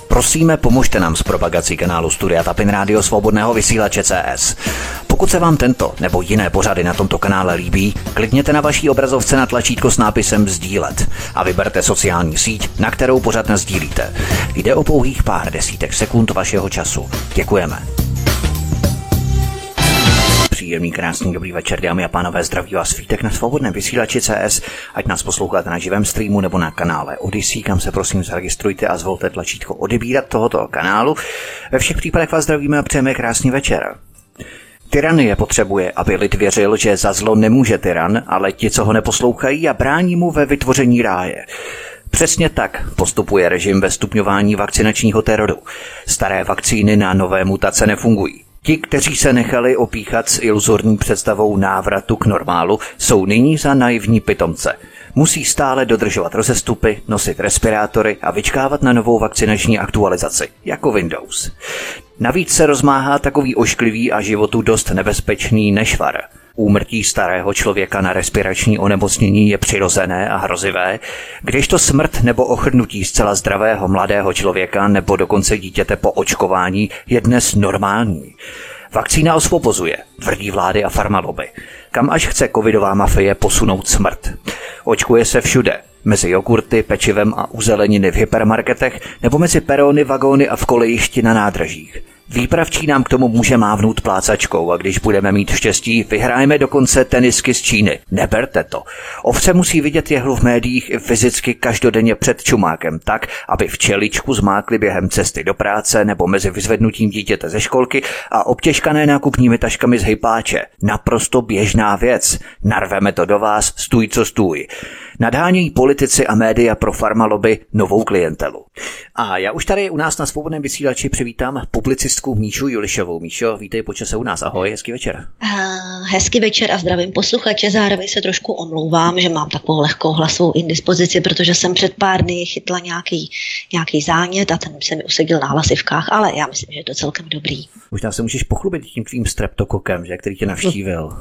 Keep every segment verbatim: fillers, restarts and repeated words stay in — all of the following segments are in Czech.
Prosíme, pomožte nám s propagací kanálu Studia Tapin Rádio Svobodného vysílače C S. Pokud se vám tento nebo jiné pořady na tomto kanále líbí, klikněte na vaší obrazovce na tlačítko s nápisem sdílet a vyberte sociální síť, na kterou pořad nasdílíte. Jde o pouhých pár desítek sekund vašeho času. Děkujeme. Příjemný, krásný, dobrý večer, dámy a pánové, zdraví vás Vítek na svobodném vysílači C S, ať nás posloucháte na živém streamu nebo na kanále Odyssey, kam se prosím zaregistrujte a zvolte tlačítko odebírat tohoto kanálu. Ve všech případech vás zdravíme a přejeme krásný večer. Tyranie potřebuje, aby lid věřil, že za zlo nemůže tyran, ale ti, co ho neposlouchají a brání mu ve vytvoření ráje. Přesně tak postupuje režim ve stupňování vakcinačního teroru. Staré vakcíny na nové mutace nefungují. Ti, kteří se nechali opíchat s iluzorní představou návratu k normálu, jsou nyní za naivní pitomce. Musí stále dodržovat rozestupy, nosit respirátory a vyčkávat na novou vakcinační aktualizaci, jako Windows. Navíc se rozmáhá takový ošklivý a životu dost nebezpečný nešvar. Úmrtí starého člověka na respirační onemocnění je přirozené a hrozivé, kdežto smrt nebo ochrnutí zcela zdravého mladého člověka nebo dokonce dítěte po očkování je dnes normální. Vakcína osvobozuje, tvrdí vlády a farmalobby. Kam až chce covidová mafie posunout smrt? Očkuje se všude. Mezi jogurty, pečivem a u zeleniny v hypermarketech nebo mezi perony, vagóny a v kolejišti na nádražích. Výpravčí nám k tomu může mávnout plácačkou a když budeme mít štěstí, vyhrajeme dokonce tenisky z Číny. Neberte to. Ovce musí vidět jehlu v médiích i fyzicky každodenně před čumákem tak, aby včeličku zmákli během cesty do práce nebo mezi vyzvednutím dítěte ze školky a obtěžkané nákupními taškami z hypáče. Naprosto běžná věc. Narveme to do vás, stůj co stůj. Nadhánějí politici a média pro farmalobby novou klientelu. A já už tady u nás na svobodném vysílači přivítám publicistku Míšu Julišovou. Míšo, vítej po čase u nás. Ahoj, hezký večer. Uh, hezký večer a zdravím posluchače. Zároveň se trošku omlouvám, že mám takovou lehkou hlasovou indispozici, protože jsem před pár dny chytla nějaký, nějaký zánět a ten se mi usedil na hlasivkách, ale já myslím, že je to celkem dobrý. Možná se můžeš pochlubit tím tvým streptokokem, že, který tě navštívil.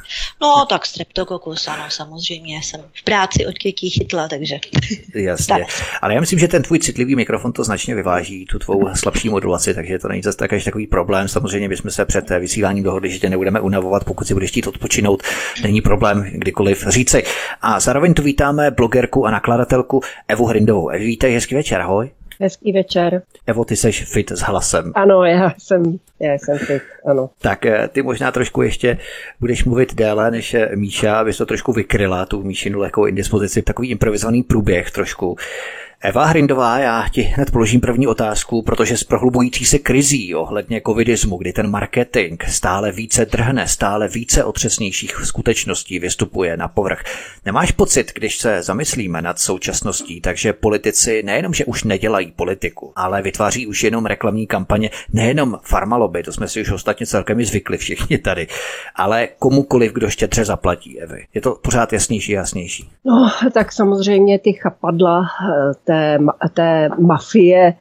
No tak streptokokus, ano, samozřejmě jsem v práci od dětí chytla, takže... Jasně, tak. Ale já myslím, že ten tvůj citlivý mikrofon to značně vyváží, tu tvou slabší modulaci, takže to není zase tak až takový problém. Samozřejmě bychom se před vysíláním dohodli, že tě nebudeme unavovat, pokud si budeš chtít odpočinout, není problém kdykoliv říci. A zároveň tu vítáme blogerku a nakladatelku Evu Hrindovou. Evi, vítej, hezký večer, ahoj. Hezký večer. Evo, ty seš fit s hlasem. Ano, já jsem, já jsem fit, ano. Tak ty možná trošku ještě budeš mluvit déle než Míša, abys to trošku vykryla, tu Míšinu lehkou indispozici, takový improvizovaný průběh trošku. Eva Hrindová, já ti hned položím první otázku, protože s prohlubující se krizí ohledně covidismu, kdy ten marketing stále více drhne, stále více otřesnějších skutečností vystupuje na povrch. Nemáš pocit, když se zamyslíme nad současností, takže politici nejenom, že už nedělají politiku, ale vytváří už jenom reklamní kampaně, nejenom farmalobby, to jsme si už ostatně celkem i zvykli všichni tady, ale komukoliv, kdo štědře zaplatí, Evi. Je to pořád jasnější a jasnější. No, tak samozřejmě ty chapadla té, té mafie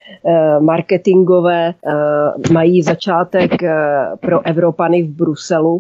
marketingové mají začátek pro Evropany v Bruselu.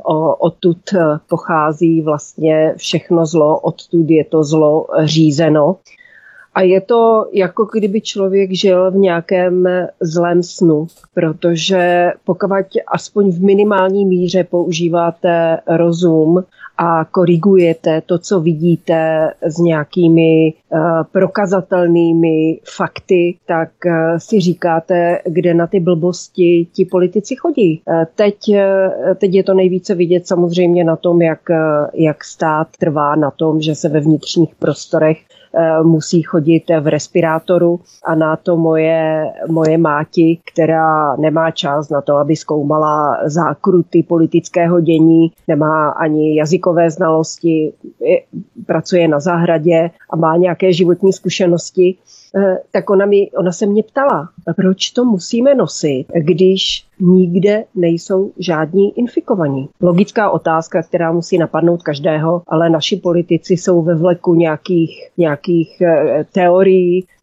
Odtud pochází vlastně všechno zlo, odtud je to zlo řízeno. A je to jako kdyby člověk žil v nějakém zlém snu, protože pokud aspoň v minimální míře používáte rozum a korigujete to, co vidíte s nějakými uh, prokazatelnými fakty, tak uh, si říkáte, kde na ty blbosti ti politici chodí. Uh, teď, uh, teď je to nejvíce vidět samozřejmě na tom, jak, uh, jak stát trvá na tom, že se ve vnitřních prostorech musí chodit v respirátoru a na to moje, moje máti, která nemá čas na to, aby zkoumala zákruty politického dění, nemá ani jazykové znalosti, pracuje na zahradě a má nějaké životní zkušenosti, tak ona, mi, ona se mě ptala, proč to musíme nosit, když nikde nejsou žádní infikovaní. Logická otázka, která musí napadnout každého, ale naši politici jsou ve vleku nějakých, nějakých teorií,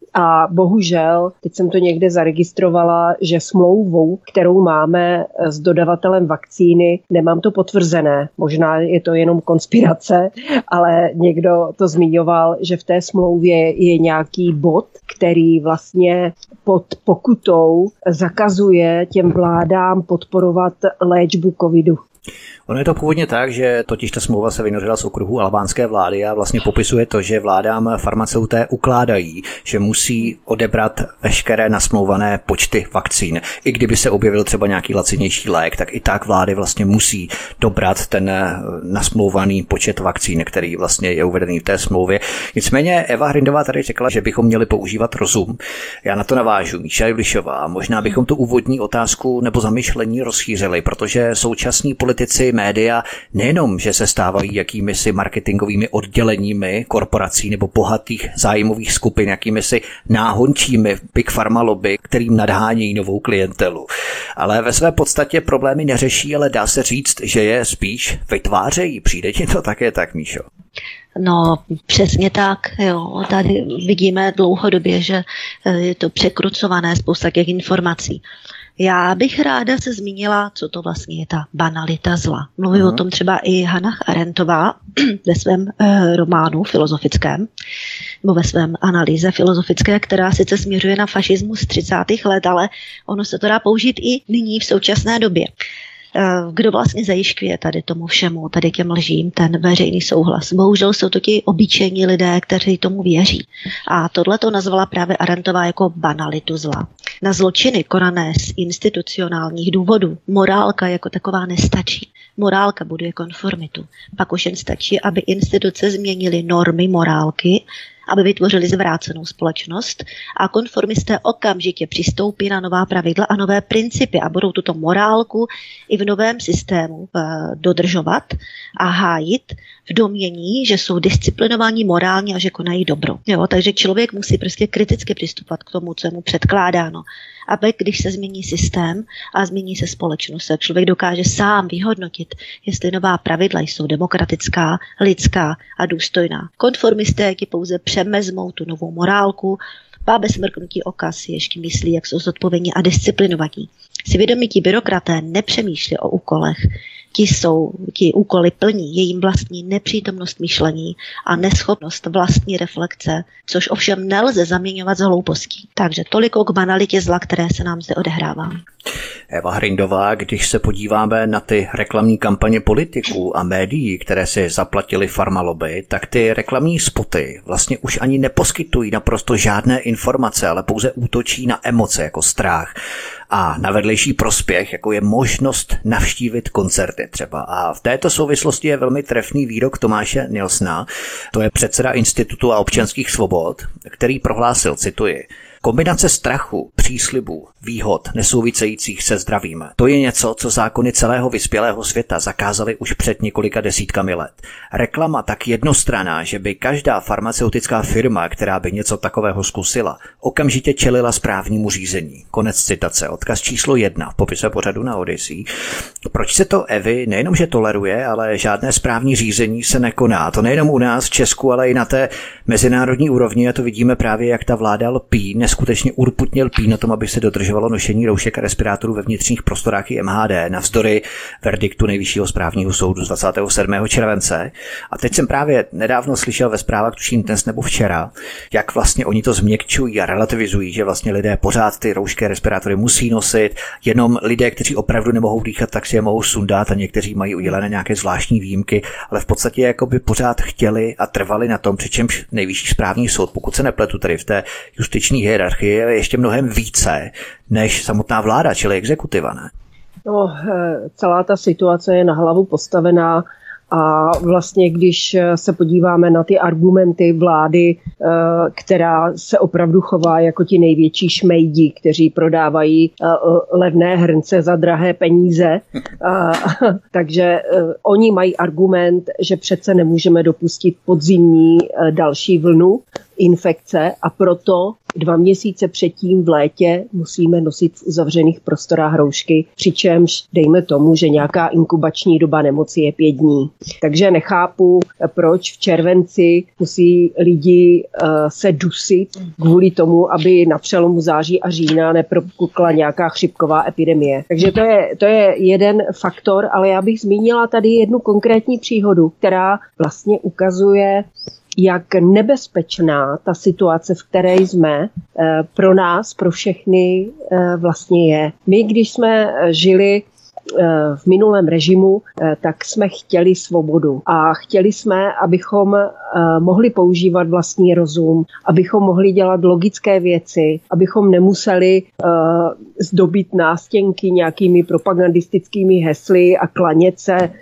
a bohužel, teď jsem to někde zaregistrovala, že smlouvou, kterou máme s dodavatelem vakcíny, nemám to potvrzené, možná je to jenom konspirace, ale někdo to zmiňoval, že v té smlouvě je nějaký bod, který vlastně pod pokutou zakazuje těm vládám podporovat léčbu covidu. Ono je to původně tak, že totiž ta smlouva se vynořila z okruhu albánské vlády a vlastně popisuje to, že vládám farmaceuté ukládají, že musí odebrat veškeré nasmlouvané počty vakcín. I kdyby se objevil třeba nějaký lacinější lék, tak i tak vlády vlastně musí dobrat ten nasmlouvaný počet vakcín, který vlastně je uvedený v té smlouvě. Nicméně Eva Hrindová tady řekla, že bychom měli používat rozum. Já na to navážu. Míša Jevlišová, možná bychom tu úvodní otázku nebo zamyšlení rozšířili, protože současní politici, média nejenom, že se stávají jakýmisi marketingovými odděleními korporací nebo bohatých zájmových skupin, jakýmisi náhončími Big Pharma lobby, kterým nadhání novou klientelu, ale ve své podstatě problémy neřeší, ale dá se říct, že je spíš vytvářejí. Přijde ti to také tak, Míšo? No, přesně tak, jo. Tady vidíme dlouhodobě, že je to překrucované, spousta těch informací. Já bych ráda se zmínila, co to vlastně je ta banalita zla. Mluví uh-huh. o tom třeba i Hannah Arendtová ve svém e, románu filozofickém, nebo ve svém analýze filozofické, která sice směřuje na fašismus třicátých let, ale ono se to dá použít i nyní v současné době. Kdo vlastně zajišťuje tady tomu všemu, tady těm lžím, ten veřejný souhlas. Bohužel jsou to ti obyčejní lidé, kteří tomu věří. A tohle to nazvala právě Arendtová jako banalitu zla. Na zločiny konané z institucionálních důvodů morálka jako taková nestačí. Morálka buduje konformitu. Pak už jen stačí, aby instituce změnily normy morálky, aby vytvořili zvrácenou společnost a konformisté okamžitě přistoupí na nová pravidla a nové principy a budou tuto morálku i v novém systému e, dodržovat a hájit v domnění, že jsou disciplinovaní morálně a že konají dobro. Jo, takže člověk musí prostě kriticky přistupovat k tomu, co je mu předkládáno. Aby když se změní systém a změní se společnost, tak člověk dokáže sám vyhodnotit, jestli nová pravidla jsou demokratická, lidská a důstojná. Konformisté ti pouze přemezmou tu novou morálku, a bez mrknutí oka si ještě myslí, jak jsou zodpovědní a disciplinovaní. Si vědomití byrokraté nepřemýšlí o úkolech. Ti jsou, ti úkoly plní, je jim vlastní nepřítomnost myšlení a neschopnost vlastní reflexe, což ovšem nelze zaměňovat s hloupostí. Takže toliko k banalitě zla, které se nám zde odehrává. Eva Hrindová, když se podíváme na ty reklamní kampaně politiků a médií, které si zaplatili farmalobby, tak ty reklamní spoty vlastně už ani neposkytují naprosto žádné informace, ale pouze útočí na emoce jako strach a na vedlejší prospěch, jako je možnost navštívit koncerty třeba. A v této souvislosti je velmi trefný výrok Tomáše Nilsna, to je předseda Institutu a občanských svobod, který prohlásil, cituji, kombinace strachu, příslibů, výhod nesouvisejících se zdravím. To je něco, co zákony celého vyspělého světa zakázaly už před několika desítkami let. Reklama tak jednostranná, že by každá farmaceutická firma, která by něco takového zkusila, okamžitě čelila správnímu řízení. Konec citace. Odkaz číslo jedna v popise pořadu na Odyssey. Proč se to Evy nejenom, že toleruje, ale žádné správní řízení se nekoná. To nejenom u nás v Česku, ale i na té mezinárodní úrovni. A to vidíme právě, jak ta vláda lpí, neskutečně urputně lpí na tom, aby se dodržovalo nošení roušek a respirátorů ve vnitřních prostorách i M H D navzdory verdiktu Nejvyššího správního soudu z dvacátého sedmého července. A teď jsem právě nedávno slyšel ve zprávách, tuším dnes nebo včera, jak vlastně oni to změkčují a relativizují, že vlastně lidé pořád ty roušky a respirátory musí nosit, jenom lidé, kteří opravdu nemohou dýchat, tak si je mohou sundat a někteří mají udělené nějaké zvláštní výjimky, ale v podstatě jako by pořád chtěli a trvali na tom, přičemž Nejvyšší správní soud, pokud se nepletu tady v té justiční hierarchii, je ještě mnohem více než samotná vláda, čili exekutiva, ne? No, celá ta situace je na hlavu postavená a vlastně, když se podíváme na ty argumenty vlády, která se opravdu chová jako ti největší šmejdi, kteří prodávají levné hrnce za drahé peníze, takže oni mají argument, že přece nemůžeme dopustit podzimní další vlnu, infekce a proto dva měsíce předtím v létě musíme nosit v uzavřených prostorách roušky, přičemž dejme tomu, že nějaká inkubační doba nemoci je pět dní. Takže nechápu, proč v červenci musí lidi uh, se dusit kvůli tomu, aby na přelomu září a října nepropukla nějaká chřipková epidemie. Takže to je, to je jeden faktor, ale já bych zmínila tady jednu konkrétní příhodu, která vlastně ukazuje, jak nebezpečná ta situace, v které jsme, pro nás, pro všechny vlastně je. My, když jsme žili v minulém režimu, tak jsme chtěli svobodu a chtěli jsme, abychom mohli používat vlastní rozum, abychom mohli dělat logické věci, abychom nemuseli zdobit nástěnky nějakými propagandistickými hesly a klanět se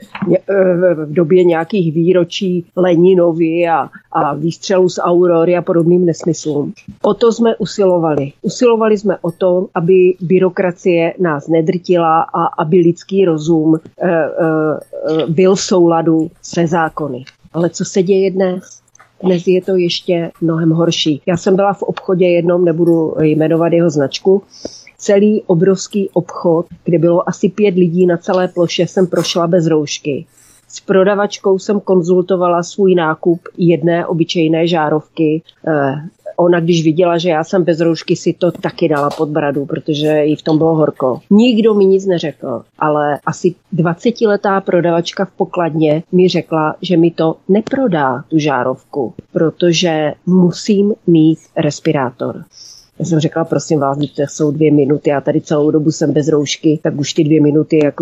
v době nějakých výročí Leninovi a, a výstřelu z Aurory a podobným nesmyslům. O to jsme usilovali. Usilovali jsme o to, aby byrokracie nás nedrtila a aby lidský rozum e, e, byl v souladu se zákony. Ale co se děje dnes? Dnes je to ještě mnohem horší. Já jsem byla v obchodě jednom, nebudu jmenovat jeho značku, celý obrovský obchod, kde bylo asi pět lidí na celé ploše, jsem prošla bez roušky. S prodavačkou jsem konzultovala svůj nákup jedné obyčejné žárovky. Eh, ona, když viděla, že já jsem bez roušky, si to taky dala pod bradu, protože jí v tom bylo horko. Nikdo mi nic neřekl, ale asi dvacetiletá prodavačka v pokladně mi řekla, že mi to neprodá, tu žárovku, protože musím mít respirátor. Já jsem řekla, prosím vás, to jsou dvě minuty, já tady celou dobu jsem bez roušky, tak už ty dvě minuty jako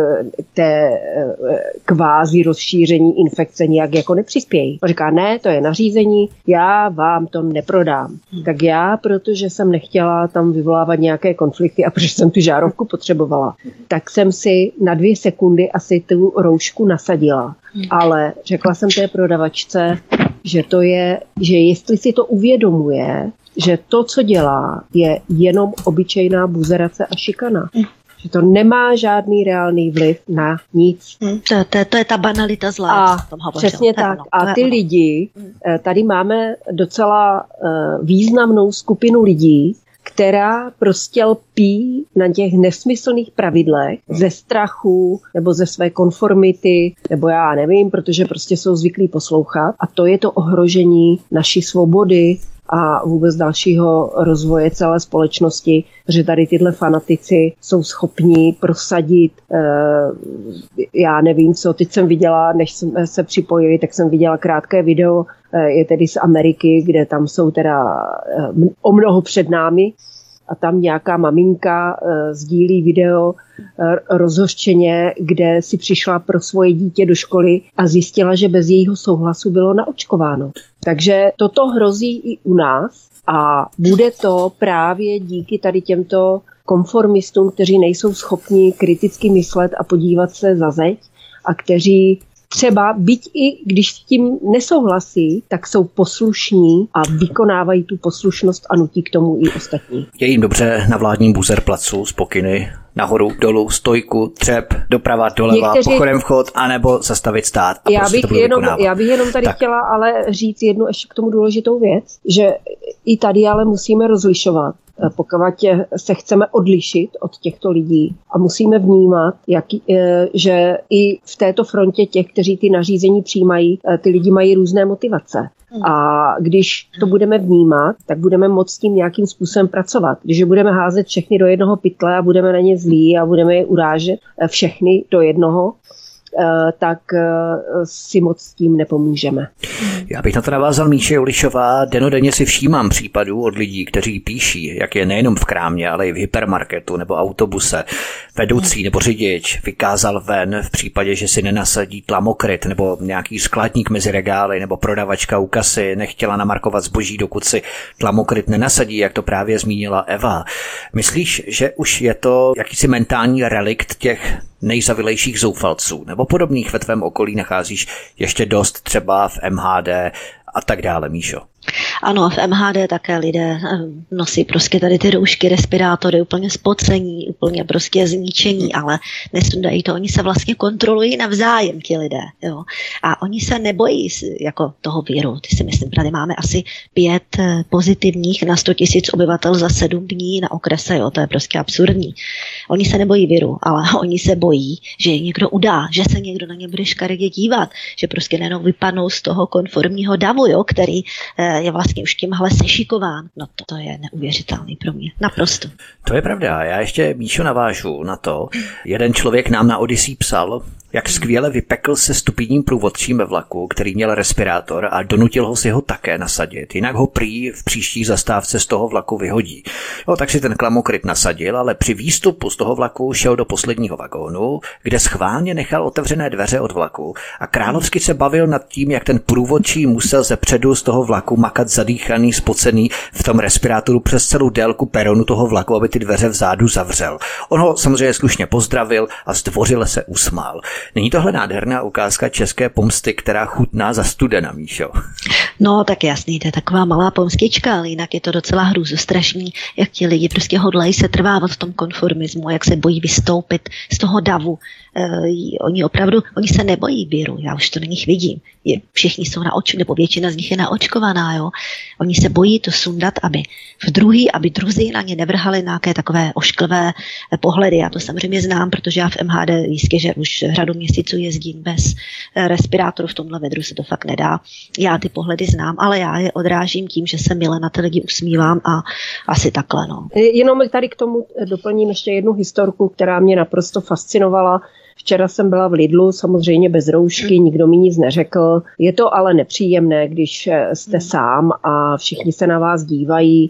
té kvázi rozšíření infekce nějak jako nepřispějí. On říká, ne, to je nařízení, já vám to neprodám. Tak já, protože jsem nechtěla tam vyvolávat nějaké konflikty a protože jsem tu žárovku potřebovala, tak jsem si na dvě sekundy asi tu roušku nasadila. Ale řekla jsem té prodavačce, že to je, že jestli si to uvědomuje, že to, co dělá, je jenom obyčejná buzerace a šikana. Mm. Že to nemá žádný reálný vliv na nic. Mm, to, to, to je ta banalita zla. A přesně tak. Ano, a ty ono. lidi, tady máme docela uh, významnou skupinu lidí, která prostě lpí na těch nesmyslných pravidlech ze strachu nebo ze své konformity, nebo já nevím, protože prostě jsou zvyklí poslouchat. A to je to ohrožení naší svobody a vůbec dalšího rozvoje celé společnosti, že tady tyhle fanatici jsou schopni prosadit, já nevím co, teď jsem viděla, než jsme se připojili, tak jsem viděla krátké video, je tedy z Ameriky, kde tam jsou teda o mnoho před námi, a tam nějaká maminka uh, sdílí video uh, rozhořčeně, kde si přišla pro svoje dítě do školy a zjistila, že bez jejího souhlasu bylo naočkováno. Takže toto hrozí i u nás a bude to právě díky tady těmto konformistům, kteří nejsou schopni kriticky myslet a podívat se za zeď a kteří třeba, byť i když s tím nesouhlasí, tak jsou poslušní a vykonávají tu poslušnost a nutí k tomu i ostatní. Je jim dobře na vládním buzerplacu z pokyny nahoru, dolů, stojku, třep, doprava, doleva, Někteří... pochodem vchod, anebo zastavit stát. A já, prostě bych jenom, já bych jenom tady tak. chtěla ale říct jednu ještě k tomu důležitou věc, že i tady ale musíme rozlišovat, pokud se chceme odlišit od těchto lidí a musíme vnímat, jak, že i v této frontě těch, kteří ty nařízení přijímají, ty lidi mají různé motivace. A když to budeme vnímat, tak budeme moct s tím nějakým způsobem pracovat. Když budeme házet všechny do jednoho pytle a budeme na ně zlí a budeme je urážet všechny do jednoho, tak si moc s tím nepomůžeme. Já bych na to navázal Míše Julišová. Denodenně si všímám případů od lidí, kteří píší, jak je nejenom v krámě, ale i v hypermarketu nebo autobuse. Vedoucí nebo řidič vykázal ven v případě, že si nenasadí tlamokryt nebo nějaký skladník mezi regály nebo prodavačka u kasy nechtěla namarkovat zboží, dokud si tlamokryt nenasadí, jak to právě zmínila Eva. Myslíš, že už je to jakýsi mentální relikt těch nejzavilejších zoufalců nebo podobných ve tvém okolí nacházíš ještě dost třeba v M H D a tak dále, Míšo? Ano, v M H D také lidé nosí prostě tady ty roušky, respirátory, úplně spocení, úplně prostě zničení, ale nesundají to. Oni se vlastně kontrolují navzájem, ti lidé. Jo. A oni se nebojí jako toho viru. Ty si myslím, tady máme asi pět pozitivních na sto tisíc obyvatel za sedm dní na okrese. Jo. To je prostě absurdní. Oni se nebojí viru, ale oni se bojí, že je někdo udá, že se někdo na ně bude škaredě dívat, že prostě nejenom vypadnou z toho konformního davu, jo, který je vlastně už tímhle sešikován. No to, to je neuvěřitelný pro mě. Naprosto. To je pravda. Já ještě, Míšo, navážu na to. Jeden člověk nám na Odyssey psal, jak skvěle vypekl se stupidním průvodčím ve vlaku, který měl respirátor a donutil ho si ho také nasadit. Jinak ho prý v příští zastávce z toho vlaku vyhodí. No, tak si ten klamokryt nasadil, ale při výstupu z toho vlaku šel do posledního vagónu, kde schválně nechal otevřené dveře od vlaku a královsky se bavil nad tím, jak ten průvodčí musel ze předu z toho vlaku makat zadýchaný, spocený v tom respirátoru přes celou délku peronu toho vlaku, aby ty dveře vzadu zavřel. On ho samozřejmě slušně pozdravil a zdvořile se usmál. Není tohle nádherná ukázka české pomsty, která chutná za studena, Míšo? No, tak jasný, to je taková malá pomstička, ale jinak je to docela hrůzostrašný, jak ti lidi prostě hodlají se trvávat v tom konformismu, jak se bojí vystoupit z toho davu. Uh, oni opravdu, oni se nebojí viru, já už to na nich vidím. Je, všichni jsou naočkovaní, nebo většina z nich je naočkovaná, jo. Oni se bojí to sundat, aby v druhý, aby druzí na ně nevrhali nějaké takové ošklivé pohledy. Já to samozřejmě znám, protože já v M H D jistě, že už řadu měsíců jezdím bez respirátoru, v tomhle vedru se to fakt nedá. Já ty pohledy znám, ale já je odrážím tím, že se mile na ty lidi usmívám a asi takhle, no. Jenom tady k tomu doplním ještě jednu historku, která mě naprosto fascinovala. Včera jsem byla v Lidlu, samozřejmě bez roušky, nikdo mi nic neřekl. Je to ale nepříjemné, když jste sám a všichni se na vás dívají,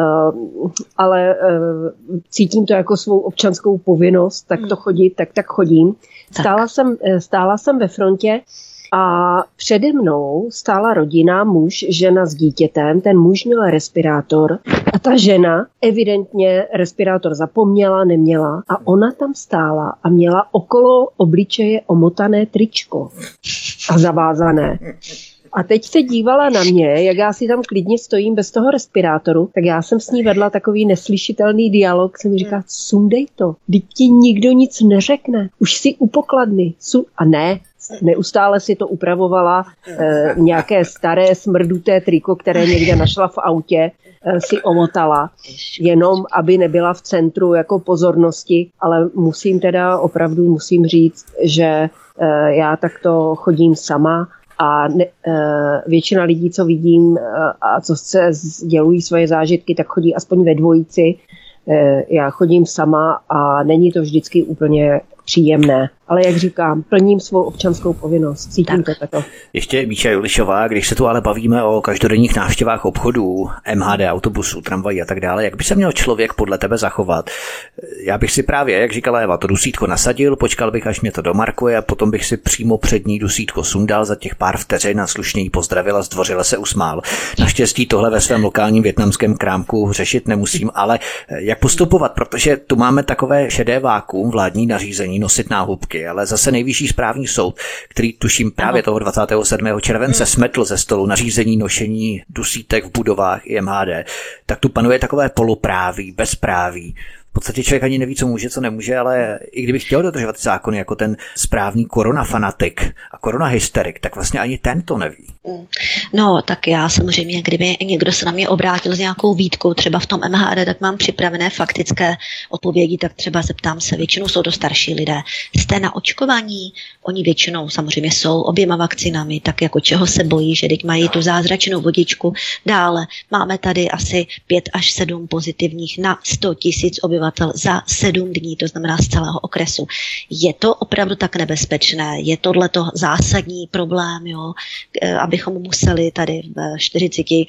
ale cítím to jako svou občanskou povinnost, tak to chodit, tak tak chodím. Stála jsem, stála jsem ve frontě a přede mnou stála rodina, muž, žena s dítětem, ten muž měl respirátor a ta žena evidentně respirátor zapomněla, neměla a ona tam stála a měla okolo obličeje omotané tričko a zavázané. A teď se dívala na mě, jak já si tam klidně stojím bez toho respirátoru, tak já jsem s ní vedla takový neslyšitelný dialog, jsem mi říkala, sundej to, teď ti nikdo nic neřekne, už si u pokladny, Su- a ne, neustále si to upravovala, e, nějaké staré smrduté triko, které někde našla v autě, e, si omotala, jenom aby nebyla v centru jako pozornosti, ale musím teda opravdu musím říct, že e, já takto chodím sama a ne, e, většina lidí, co vidím e, a co se sdělují svoje zážitky, tak chodí aspoň ve dvojici. E, já chodím sama a není to vždycky úplně příjemné. Ale jak říkám, plním svou občanskou povinnost. Cítím tak. to tato. Ještě Míša Julišová, když se tu ale bavíme o každodenních návštěvách obchodů, M H D, autobusů, tramvají a tak dále, jak by se měl člověk podle tebe zachovat? Já bych si právě, jak říkala Eva, to dusítko nasadil, počkal bych, až mě to domarkuje a potom bych si přímo před ní dusítko sundal za těch pár vteřin a slušně jí pozdravil a zdvořile se usmál. Naštěstí tohle ve svém lokálním vietnamském krámku řešit nemusím, ale jak postupovat, protože tu máme takové šedé vákuum, vládní nařízení nosit náhubky, ale zase Nejvyšší správní soud, který tuším právě toho dvacátého sedmého července smetl ze stolu nařízení nošení dusítek v budovách i M H D, tak tu panuje takové polopráví, bezpráví. V podstatě člověk ani neví, co může, co nemůže, ale i kdyby chtěl dodržovat zákony jako ten správný koronafanatik a koronahysterik, tak vlastně ani ten to neví. No, tak já samozřejmě, kdyby někdo se na mě obrátil s nějakou výtkou, třeba v tom M H D, tak mám připravené faktické odpovědi, tak třeba zeptám se, většinou jsou to starší lidé. Jste na očkovaní? Oni většinou samozřejmě jsou oběma vakcinami, tak jako čeho se bojí, že teď mají tu zázračnou vodičku. Dále máme tady asi pět až sedm pozitivních na sto tisíc obyvatel za sedm dní, to znamená z celého okresu. Je to opravdu tak nebezpečné? Je tohleto zásadní problém, jo? Abychom museli tady v čtyřiceti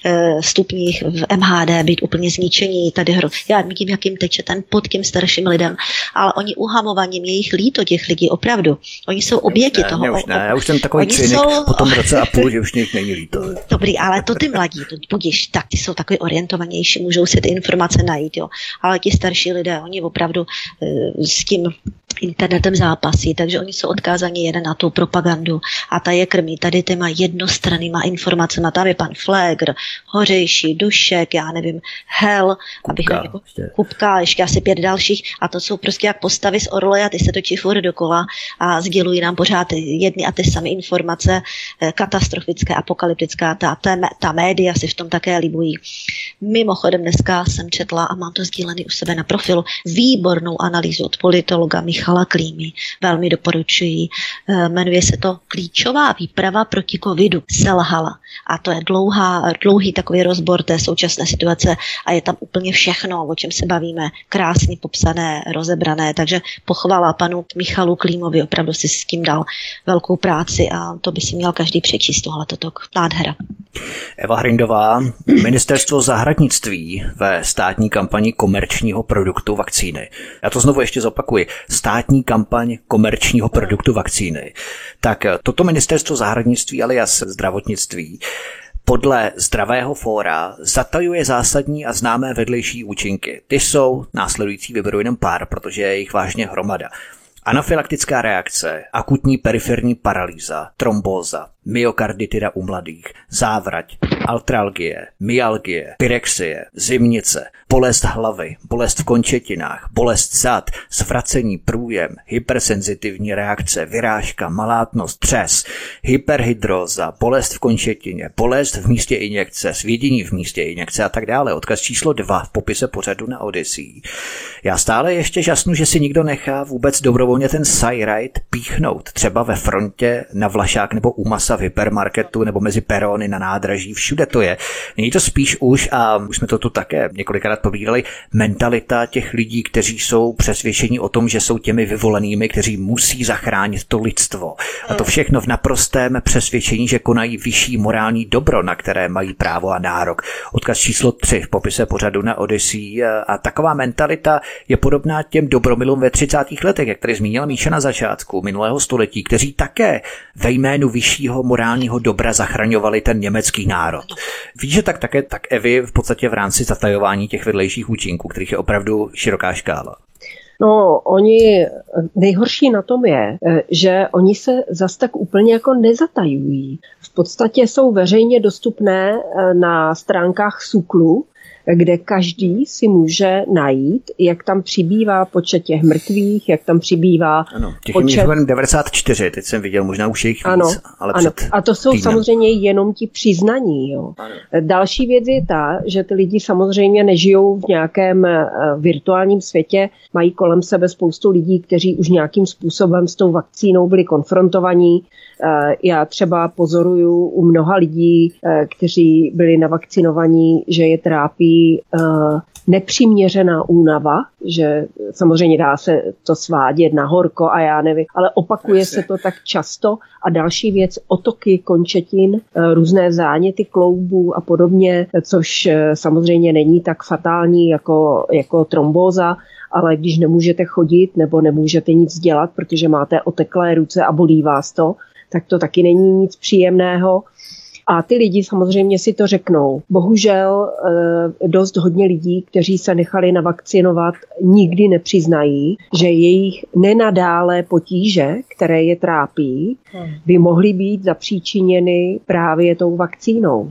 stupních v M H D být úplně zničení. Tady hro. Já vidím, jak jim teče ten pod těm starším lidem, ale oni uhamovaním, je jich líto těch lidí, opravdu. Oni jsou oběti ne, toho. Už ne, já už jsem takový cynik jsou... po tom roce a půl, že už nich není líto. Dobrý, ale to ty mladí, to budíš, tak ty jsou takový orientovanější, můžou si ty informace najít, jo. Ale ti starší lidé, oni opravdu s tím internetem zápasí, takže oni jsou odkázaní jen na tu propagandu a ta je krmí tady těma jednostrannýma informacemi. Tam je pan Flegr, Hořejší, Dušek, já nevím, Hel, abych Kupka, jako, Kupka, ještě asi pět dalších a to jsou prostě jak postavy z Orloje a ty se točí furt dokola a sdělují nám pořád jedny a ty samé informace, katastrofické, apokalyptická, ta, ta, ta média si v tom také libují. Mimochodem dneska jsem četla a mám to sdílený u sebe na profilu výbornou analýzu od politologa Michala Klímy. Velmi doporučuji. Jmenuje se to Klíčová výprava proti covidu. Selhala. A to je dlouhá, dlouhý takový rozbor té současné situace a je tam úplně všechno, o čem se bavíme. Krásně popsané, rozebrané. Takže pochvala panu Michalu Klímovi. Opravdu si s tím dal velkou práci a to by si měl každý přečíst. Tohle toto nádhera. Eva Hrindová, ministerstvo zdravotnictví ve státní kampani komerčního produktu vakcíny. Já to znovu ještě zopakuji. Státní kampaň komerčního produktu vakcíny. Tak toto ministerstvo zdravotnictví alias zdravotnictví podle Zdravého fóra zatajuje zásadní a známé vedlejší účinky. Ty jsou následující, vyberu jenom pár, protože je jich vážně hromada. Anafylaktická reakce, akutní periferní paralýza, trombóza, myokarditida u mladých, závrať, altralgie, myalgie, pyrexie, zimnice, bolest hlavy, bolest v končetinách, bolest zad, zvracení průjem, hypersenzitivní reakce, vyrážka, malátnost, třes, hyperhydróza, bolest v končetině, bolest v místě injekce, svědění v místě injekce a tak dále. Odkaz číslo dva v popise pořadu na Odyssey. Já stále ještě žasnu, že si nikdo nechá vůbec dobrovolně ten Cyrite píchnout, třeba ve frontě na Vlašák nebo u masa v hypermarketu nebo mezi perony na nádraží, všude to je. Není to spíš už, a už jsme to tu také několikrát povídali, mentalita těch lidí, kteří jsou přesvědčeni o tom, že jsou těmi vyvolenými, kteří musí zachránit to lidstvo. A to všechno v naprostém přesvědčení, že konají vyšší morální dobro, na které mají právo a nárok. Odkaz číslo tři v popise pořadu na Odyssey. A taková mentalita je podobná těm dobromilům ve třicátých letech, jak tady zmínila Míša na začátku minulého století, kteří také ve jménu vyššího morálního dobra zachraňovali ten německý národ. Víš, že tak také tak Evi v podstatě v rámci zatajování těch vedlejších účinků, kterých je opravdu široká škála. No, oni, nejhorší na tom je, že oni se zas tak úplně jako nezatajují. V podstatě jsou veřejně dostupné na stránkách SÚKLu, kde každý si může najít, jak tam přibývá počet těch mrtvých, jak tam přibývá ano, těch počet... je devadesát čtyři, teď jsem viděl, možná už je jich víc, ano, ale ano. před A to jsou týdnem. samozřejmě jenom ti přiznaní. Jo. Další věc je ta, že ty lidi samozřejmě nežijou v nějakém uh, virtuálním světě, mají kolem sebe spoustu lidí, kteří už nějakým způsobem s tou vakcínou byli konfrontovaní. Uh, já třeba pozoruju u mnoha lidí, uh, kteří byli navakcinovaní, že je trápí Uh, nepřiměřená únava, že samozřejmě dá se to svádět na horko a já nevím, ale opakuje se to tak často. A další věc, otoky končetin, uh, různé záněty kloubů a podobně, což uh, samozřejmě není tak fatální jako, jako trombóza, ale když nemůžete chodit nebo nemůžete nic dělat, protože máte oteklé ruce a bolí vás to, tak to taky není nic příjemného. A ty lidi samozřejmě si to řeknou. Bohužel dost hodně lidí, kteří se nechali navakcinovat, nikdy nepřiznají, že jejich nenadále potíže, které je trápí, by mohly být zapříčiněny právě tou vakcínou.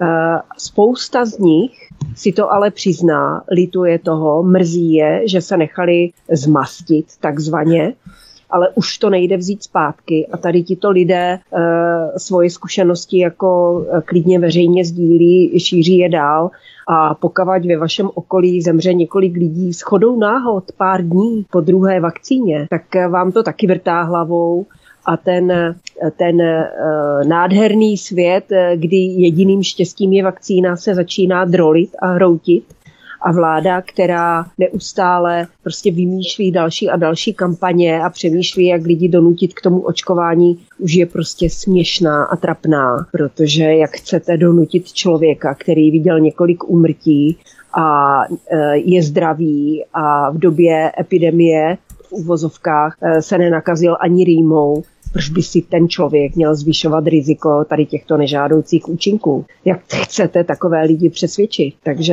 Spousta z nich si to ale přizná, lituje toho, mrzí je, že se nechali zmastit takzvaně, ale už to nejde vzít zpátky a tady tito lidé e, svoje zkušenosti jako klidně veřejně sdílí, šíří je dál a pokud ve vašem okolí zemře několik lidí shodou náhod pár dní po druhé vakcíně, tak vám to taky vrtá hlavou a ten, ten uh, nádherný svět, kdy jediným štěstím je vakcína, se začíná drolit a hroutit. A vláda, která neustále prostě vymýšlí další a další kampaně a přemýšlí, jak lidi donutit k tomu očkování, už je prostě směšná a trapná, protože jak chcete donutit člověka, který viděl několik úmrtí a je zdravý a v době epidemie v uvozovkách se nenakazil ani rýmou, proč by si ten člověk měl zvyšovat riziko tady těchto nežádoucích účinků? Jak chcete takové lidi přesvědčit? Takže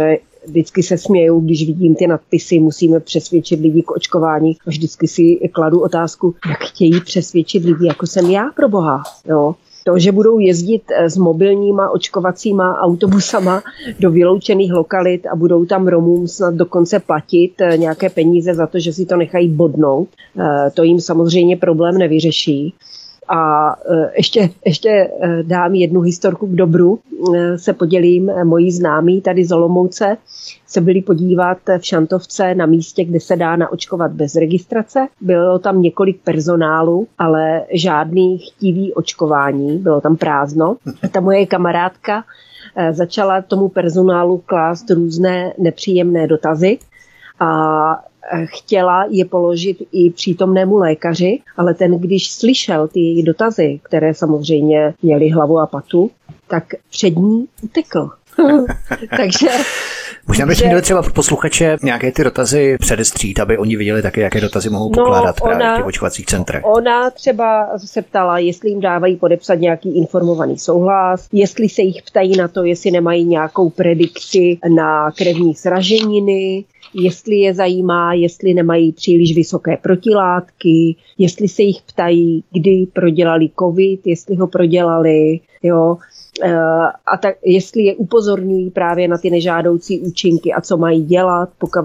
vždycky se smějou, když vidím ty nadpisy, musíme přesvědčit lidi k očkování. A vždycky si kladu otázku, jak chtějí přesvědčit lidi, jako jsem já, pro boha. Jo. To, že budou jezdit s mobilníma očkovacíma autobusama do vyloučených lokalit a budou tam Romům snad dokonce platit nějaké peníze za to, že si to nechají bodnout, to jim samozřejmě problém nevyřeší. A ještě, ještě dám jednu historku k dobru, se podělím. Moji známí tady z Olomouce se byli podívat v Šantovce na místě, kde se dá naočkovat bez registrace. Bylo tam několik personálu, ale žádný chtivý očkování, bylo tam prázdno. Ta moje kamarádka začala tomu personálu klást různé nepříjemné dotazy a chtěla je položit i přítomnému lékaři, ale ten, když slyšel ty její dotazy, které samozřejmě měly hlavu a patu, tak před ní utekl. Takže možná bychom měli třeba pro posluchače nějaké ty dotazy předestřít, aby oni viděli také, jaké dotazy mohou pokládat no, právě v těch očkovacích centrech. Ona třeba se ptala, jestli jim dávají podepsat nějaký informovaný souhlas, jestli se jich ptají na to, jestli nemají nějakou predikci na krevní sraženiny, jestli je zajímá, jestli nemají příliš vysoké protilátky, jestli se jich ptají, kdy prodělali covid, jestli ho prodělali, jo. A tak, jestli je upozorňují právě na ty nežádoucí účinky a co mají dělat, pokud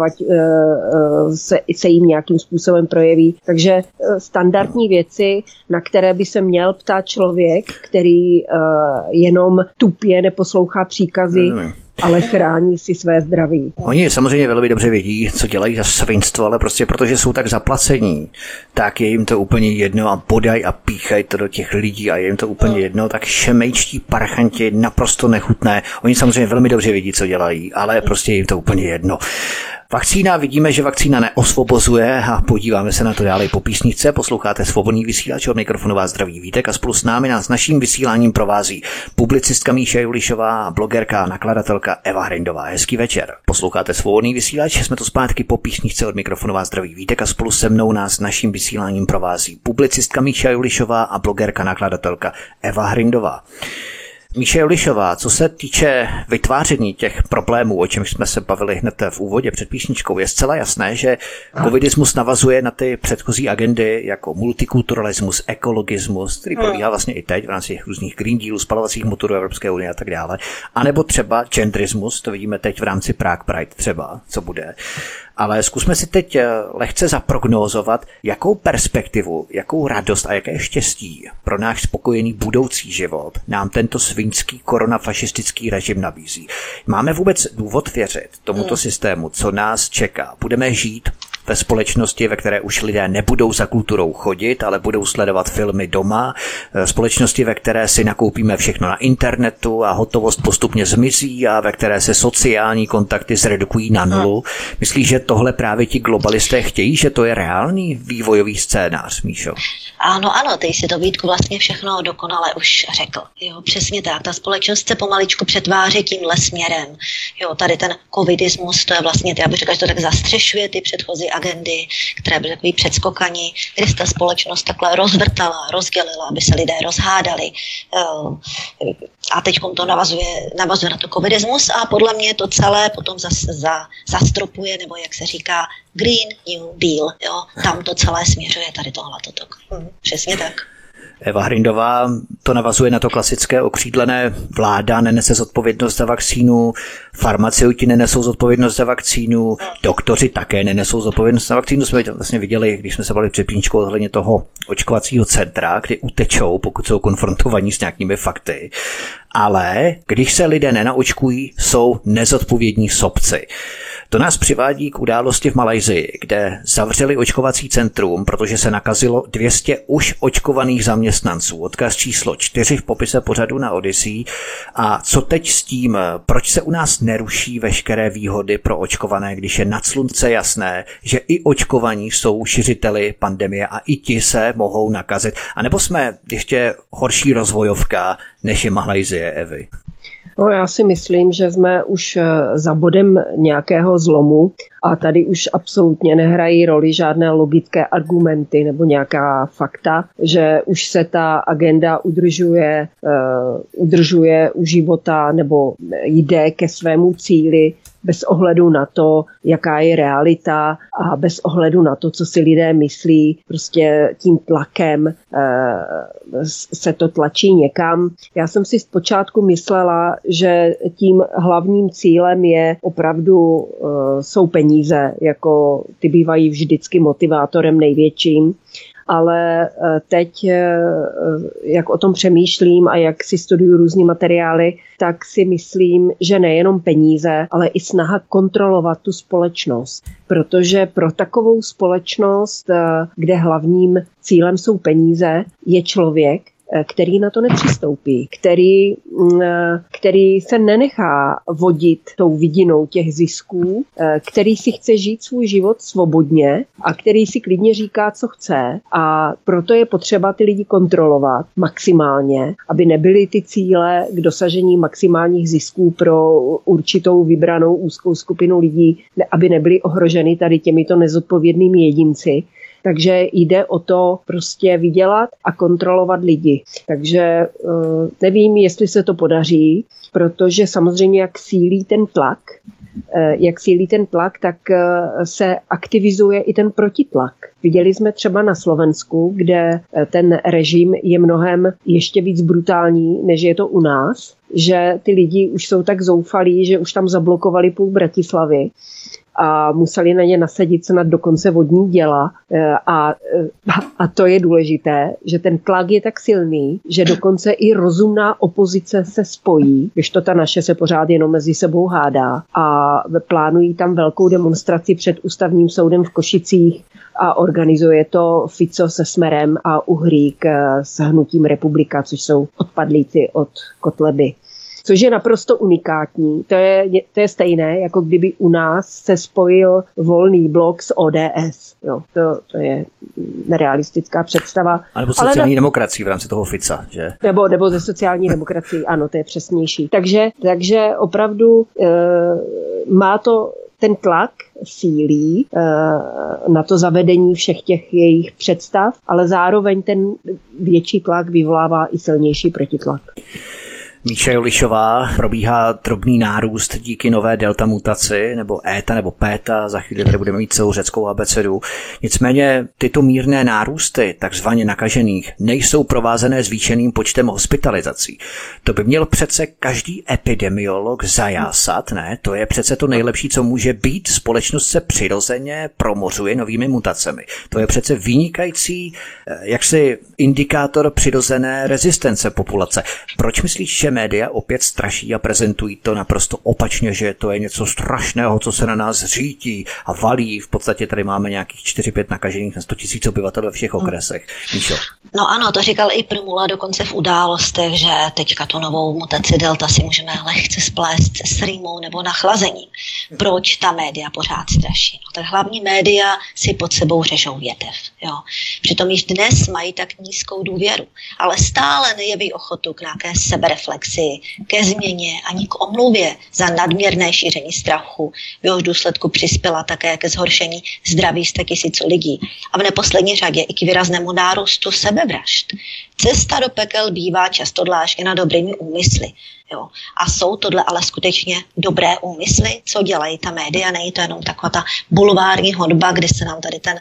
se, se jim nějakým způsobem projeví. Takže standardní věci, na které by se měl ptát člověk, který jenom tupě neposlouchá příkazy, ale chrání si své zdraví. Oni samozřejmě velmi dobře vědí, co dělají za svinstvo, ale prostě protože jsou tak zaplacení, tak je jim to úplně jedno a bodaj a píchají to do těch lidí a je jim to úplně jedno, tak šemejčtí parchanti, naprosto nechutné. Oni samozřejmě velmi dobře vědí, co dělají, ale prostě je jim to úplně jedno. Vakcína, vidíme, že vakcína neosvobozuje a podíváme se na to dále po písničce. Posloucháte Svobodný vysílač, od mikrofonu vás zdraví Vítek a spolu s námi nás naším vysíláním provází publicistka Míša Julišová, blogerka a nakladatelka Eva Hrindová. Hezký večer. Posloucháte Svobodný vysílač, jsme tu zpátky po písničce, od mikrofonu vás zdraví Vítek a spolu se mnou nás naším vysíláním provází publicistka Míša Julišová a blogerka nakladatelka Eva Hrindová. Míša Julišová, co se týče vytváření těch problémů, o čem jsme se bavili hned v úvodě před písničkou, je zcela jasné, že covidismus navazuje na ty předchozí agendy jako multikulturalismus, ekologismus, který probíhá vlastně i teď v rámci těch různých Green Dealů, spalovacích motorů Evropské unie a tak dále. A nebo třeba genderismus, to vidíme teď v rámci Prague Pride třeba, co bude. Ale zkusme si teď lehce zaprognózovat, jakou perspektivu, jakou radost a jaké štěstí pro náš spokojený budoucí život nám tento svinský koronafašistický režim nabízí. Máme vůbec důvod věřit tomuto systému, co nás čeká? Budeme žít ve společnosti, ve které už lidé nebudou za kulturou chodit, ale budou sledovat filmy doma, společnosti, ve které si nakoupíme všechno na internetu a hotovost postupně zmizí a ve které se sociální kontakty zredukují na nulu. Myslíš, že tohle právě ti globalisté chtějí, že to je reálný vývojový scénář, Míšo? Ano, ano, ty jsi to, Vítku, vlastně všechno dokonale už řekl. Jo, přesně tak. Ta společnost se pomaličku přetváří tímhle směrem. Jo, tady ten covidismus, to je vlastně, já bych řekla, že to tak zastřešuje ty předchozí agendy, které byly takový předskokani, kdy se ta společnost takhle rozvrtala, rozdělila, aby se lidé rozhádali. A teď to navazuje, navazuje na to covidismus a podle mě to celé potom zase za, zastropuje, nebo jak se říká, Green New Deal. Jo? Tam to celé směřuje tady tohle toto. Hm, přesně tak. Eva Hrindová, to navazuje na to klasické okřídlené vláda nenese zodpovědnost za vakcínu, farmaceuti nenesou zodpovědnost za vakcínu, doktoři také nenesou zodpovědnost za vakcínu. Jsme vlastně viděli, když jsme se bavili před písničkou ohledně toho očkovacího centra, kdy utečou, pokud jsou konfrontovaní s nějakými fakty. Ale když se lidé nenaočkují, jsou nezodpovědní sobci. To nás přivádí k události v Malajsii, kde zavřeli očkovací centrum, protože se nakazilo dvě stě už očkovaných zaměstnanců. Odkaz číslo čtyři v popise pořadu na Odyssey. A co teď s tím? Proč se u nás neruší veškeré výhody pro očkované, když je nad slunce jasné, že i očkovaní jsou šiřiteli pandemie a i ti se mohou nakazit? A nebo jsme ještě horší rozvojovka, než je Malajsie, Evy? No, já si myslím, že jsme už za bodem nějakého zlomu a tady už absolutně nehrají roli žádné logické argumenty nebo nějaká fakta, že už se ta agenda udržuje, uh, udržuje u života nebo jde ke svému cíli bez ohledu na to, jaká je realita a bez ohledu na to, co si lidé myslí, prostě tím tlakem se to tlačí někam. Já jsem si zpočátku myslela, že tím hlavním cílem je opravdu jsou peníze, jako ty bývají vždycky motivátorem největším. Ale teď, jak o tom přemýšlím a jak si studuju různý materiály, tak si myslím, že nejenom peníze, ale i snaha kontrolovat tu společnost. Protože pro takovou společnost, kde hlavním cílem jsou peníze, je člověk, který na to nepřistoupí, který, který se nenechá vodit tou vidinou těch zisků, který si chce žít svůj život svobodně a který si klidně říká, co chce, a proto je potřeba ty lidi kontrolovat maximálně, aby nebyly ty cíle k dosažení maximálních zisků pro určitou vybranou úzkou skupinu lidí, aby nebyly ohroženy tady těmito nezodpovědnými jedinci. Takže jde o to prostě vydělat a kontrolovat lidi. Takže nevím, jestli se to podaří, protože samozřejmě jak sílí ten tlak, jak sílí ten tlak, tak se aktivizuje i ten protitlak. Viděli jsme třeba na Slovensku, kde ten režim je mnohem ještě víc brutální, než je to u nás, že ty lidi už jsou tak zoufalí, že už tam zablokovali půl Bratislavy a museli na ně nasadit snad dokonce vodní děla. A, a to je důležité, že ten tlak je tak silný, že dokonce i rozumná opozice se spojí, když to ta naše se pořád jenom mezi sebou hádá, a plánují tam velkou demonstraci před ústavním soudem v Košicích a organizuje to Fico se Smerem a Uhřík s hnutím Republika, což jsou odpadlíci od Kotleby. Což je naprosto unikátní. To je, to je stejné, jako kdyby u nás se spojil Volný blok s O D S. Jo, to, to je nerealistická představa. A nebo sociální na... demokracii v rámci toho Fica, že? Nebo, nebo ze sociální demokracii, ano, to je přesnější. Takže, takže opravdu e, má to ten tlak sílí e, na to zavedení všech těch jejich představ, ale zároveň ten větší tlak vyvolává i silnější protitlak. Míša Jolišová, probíhá drobný nárůst díky nové delta mutaci, nebo éta, nebo péta, za chvíli tady budeme mít celou řeckou abecedu. Nicméně tyto mírné nárůsty takzvaně nakažených nejsou provázené zvýšeným počtem hospitalizací. To by měl přece každý epidemiolog zajásat, ne? To je přece to nejlepší, co může být. Společnost se přirozeně promořuje novými mutacemi. To je přece vynikající jaksi indikátor přirozené rezistence populace. Proč myslíš, že média opět straší a prezentují to naprosto opačně, že to je něco strašného, co se na nás řítí a valí? V podstatě tady máme nějakých čtyři pět nakažených na sto tisíc obyvatel ve všech okresech. Míšo. No ano, to říkal i Prymula dokonce v Událostech, že teďka tu novou mutaci delta si můžeme lehce splést s rýmou nebo nachlazením. Proč ta média pořád straší? No, tak hlavní média si pod sebou řežou větev. Jo. Přitom již dnes mají tak nízkou důvěru, ale stále nejeví ochotu k nějaké sebereflexi, ke změně ani k omluvě za nadměrné šíření strachu. V jehož důsledku přispěla také ke zhoršení zdraví sta tisíců lidí a v neposlední řadě i k výraznému nárůstu sebevražd. Cesta do pekel bývá často dlážděna dobrými úmysly. Jo. A jsou tohle ale skutečně dobré úmysly, co dělají ta média, není to jenom taková ta bulvární hudba, kde se nám tady ten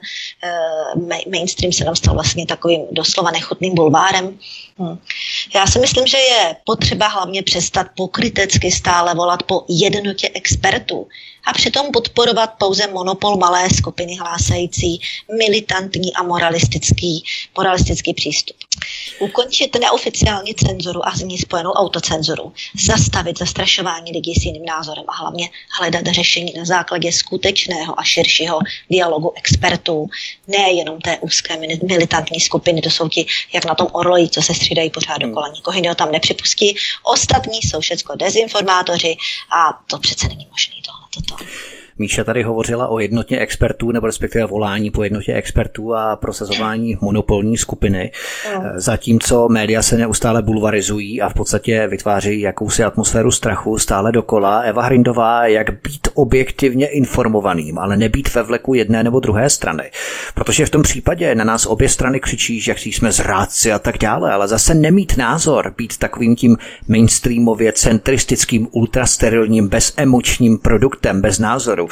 uh, mainstream se nám stal vlastně takovým doslova nechutným bulvárem. Hm. Já si myslím, že je potřeba hlavně přestat pokrytecky stále volat po jednotě expertů a přitom podporovat pouze monopol malé skupiny hlásající militantní a moralistický, moralistický přístup. Ukončit neoficiální cenzuru a s ní spojenou autocenzuru, zastavit zastrašování lidí s jiným názorem a hlavně hledat řešení na základě skutečného a širšího dialogu expertů, nejenom té úzké militantní skupiny, to jsou ti, jak na tom orlojí, co se střídají pořád dokola, nikoho jiného tam nepřipustí, ostatní jsou všecko dezinformátoři a to přece není možný tohle. Toto. Míša tady hovořila o jednotě expertů, nebo respektive volání po jednotě expertů a prosazování monopolní skupiny, no. Zatímco média se neustále bulvarizují a v podstatě vytváří jakousi atmosféru strachu stále dokola. Eva Hrindová, jak být objektivně informovaným, ale nebýt ve vleku jedné nebo druhé strany. Protože v tom případě na nás obě strany křičí, že jsme zrádci a tak dále, ale zase nemít názor, být takovým tím mainstreamově centristickým, ultrasterilním, bezemočním produktem, bez názoru,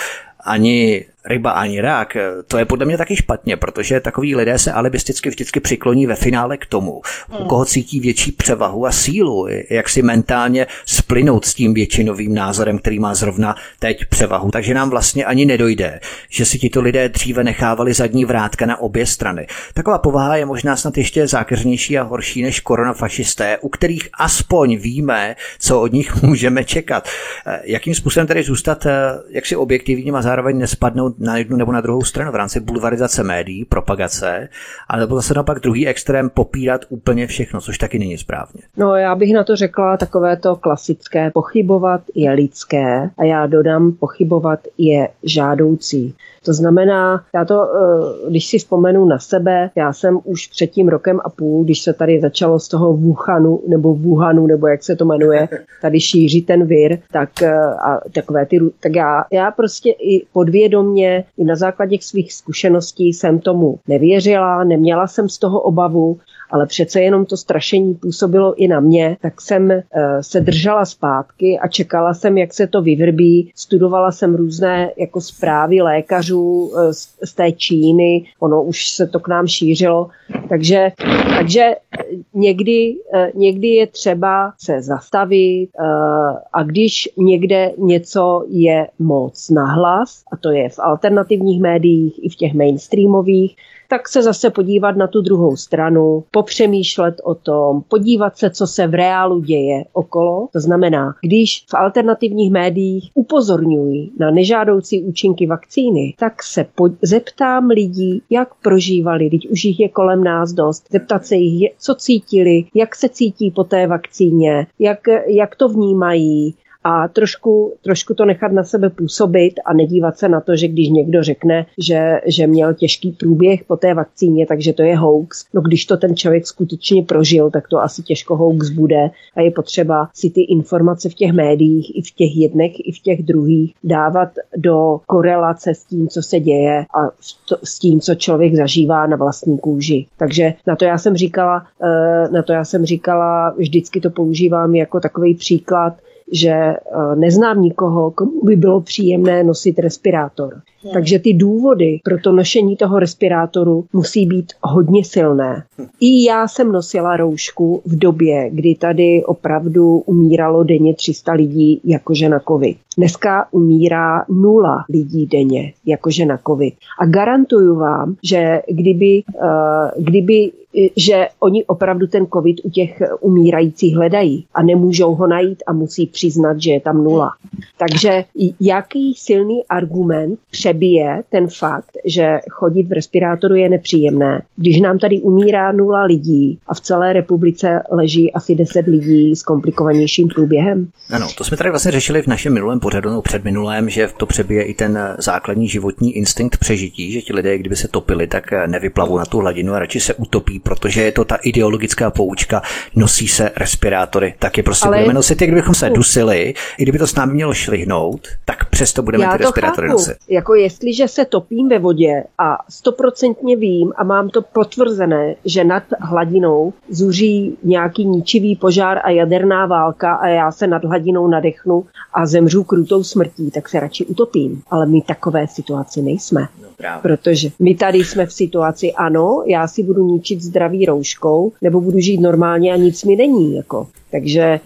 ani ryba, ani rák, to je podle mě taky špatně, protože takový lidé se alibisticky vždycky přikloní ve finále k tomu, u koho cítí větší převahu a sílu, jak si mentálně splynout s tím většinovým názorem, který má zrovna teď převahu. Takže nám vlastně ani nedojde, že si tito lidé dříve nechávali zadní vrátka na obě strany. Taková povaha je možná snad ještě zákeřnější a horší než koronafašisté, u kterých aspoň víme, co od nich můžeme čekat. Jakým způsobem tedy zůstat jaksi objektivním a zároveň nespadnout na jednu nebo na druhou stranu v rámci bulvarizace médií, propagace, ale zase naopak druhý extrém popírat úplně všechno, což taky není správně. No, já bych na to řekla takové to klasické, pochybovat je lidské a já dodám, pochybovat je žádoucí. To znamená, já to, když si vzpomenu na sebe, já jsem už před tím rokem a půl, když se tady začalo z toho Wuhanu, nebo Wuhanu, nebo jak se to jmenuje, tady šíří ten vir, tak, a takové ty, tak já, já prostě i podvědomě, i na základě svých zkušeností jsem tomu nevěřila, neměla jsem z toho obavu, ale přece jenom to strašení působilo i na mě, tak jsem e, se držela zpátky a čekala jsem, jak se to vyvrbí. Studovala jsem různé jako zprávy lékařů e, z, z té Číny, ono už se to k nám šířilo, takže, takže někdy, e, někdy je třeba se zastavit e, a když někde něco je moc nahlas, a to je v alternativních médiích i v těch mainstreamových, tak se zase podívat na tu druhou stranu, popřemýšlet o tom, podívat se, co se v reálu děje okolo. To znamená, když v alternativních médiích upozorňují na nežádoucí účinky vakcíny, tak se po- zeptám lidí, jak prožívali, teď už jich je kolem nás dost, zeptat se jich, co cítili, jak se cítí po té vakcíně, jak, jak to vnímají, a trošku, trošku to nechat na sebe působit a nedívat se na to, že když někdo řekne, že, že měl těžký průběh po té vakcíně, takže to je hoax. No když to ten člověk skutečně prožil, tak to asi těžko hoax bude a je potřeba si ty informace v těch médiích i v těch jedných, i v těch druhých dávat do korelace s tím, co se děje a s tím, co člověk zažívá na vlastní kůži. Takže na to já jsem říkala, na to já jsem říkala, vždycky to používám jako takový příklad, že neznám nikoho, komu by bylo příjemné nosit respirátor. Hmm. Takže ty důvody pro to nošení toho respirátoru musí být hodně silné. I já jsem nosila roušku v době, kdy tady opravdu umíralo denně tři sta lidí jakože na covid. Dneska umírá nula lidí denně jakože na covid. A garantuju vám, že kdyby, uh, kdyby že oni opravdu ten covid u těch umírajících hledají a nemůžou ho najít a musí přiznat, že je tam nula. Takže jaký silný argument přebije ten fakt, že chodit v respirátoru je nepříjemné, když nám tady umírá nula lidí a v celé republice leží asi deset lidí s komplikovanějším průběhem? Ano, to jsme tady vlastně řešili v našem minulém pořadu, no předminulém, že to přebije i ten základní životní instinkt přežití, že ti lidé, kdyby se topili, tak nevyplavou na tu hladinu a radši se utopí, protože je to ta ideologická poučka, nosí se respirátory, tak je prostě ale budeme nosit, i kdybychom se dusili, i kdyby to s námi mělo šlihnout, tak přesto budeme já ty respirátory chápu. nosit. Jako jestliže se topím ve vodě a stoprocentně vím a mám to potvrzené, že nad hladinou zuří nějaký ničivý požár a jaderná válka a já se nad hladinou nadechnu a zemřu krutou smrtí, tak se radši utopím. Ale my takové situaci nejsme. No, právě. Protože my tady jsme v situaci, ano, já si budu ničit zdraví rouškou, nebo budu žít normálně a nic mi není. Jako. Takže,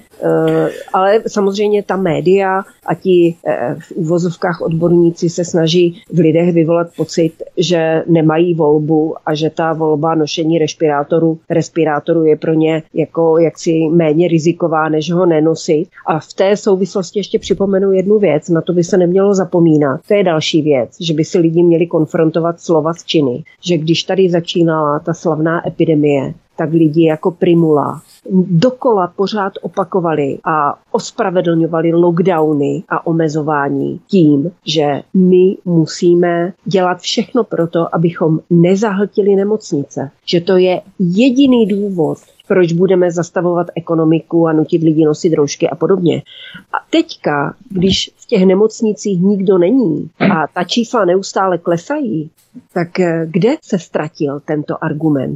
ale samozřejmě ta média a ti v uvozovkách odborníci se snaží v lidech vyvolat pocit, že nemají volbu a že ta volba nošení respirátoru, respirátoru je pro ně jako jaksi méně riziková, než ho nenosit. A v té souvislosti ještě připomenu jednu věc, na to by se nemělo zapomínat. To je další věc, že by si lidi měli konfrontovat slova s činy. Že když tady začínala ta slavná epidemie, tak lidi jako Primula dokola pořád opakovali a ospravedlňovali lockdowny a omezování tím, že my musíme dělat všechno pro to, abychom nezahltili nemocnice. Že to je jediný důvod, proč budeme zastavovat ekonomiku a nutit lidi nosit roušky a podobně. A teďka, když v těch nemocnicích nikdo není a ta čísla neustále klesají, tak kde se ztratil tento argument?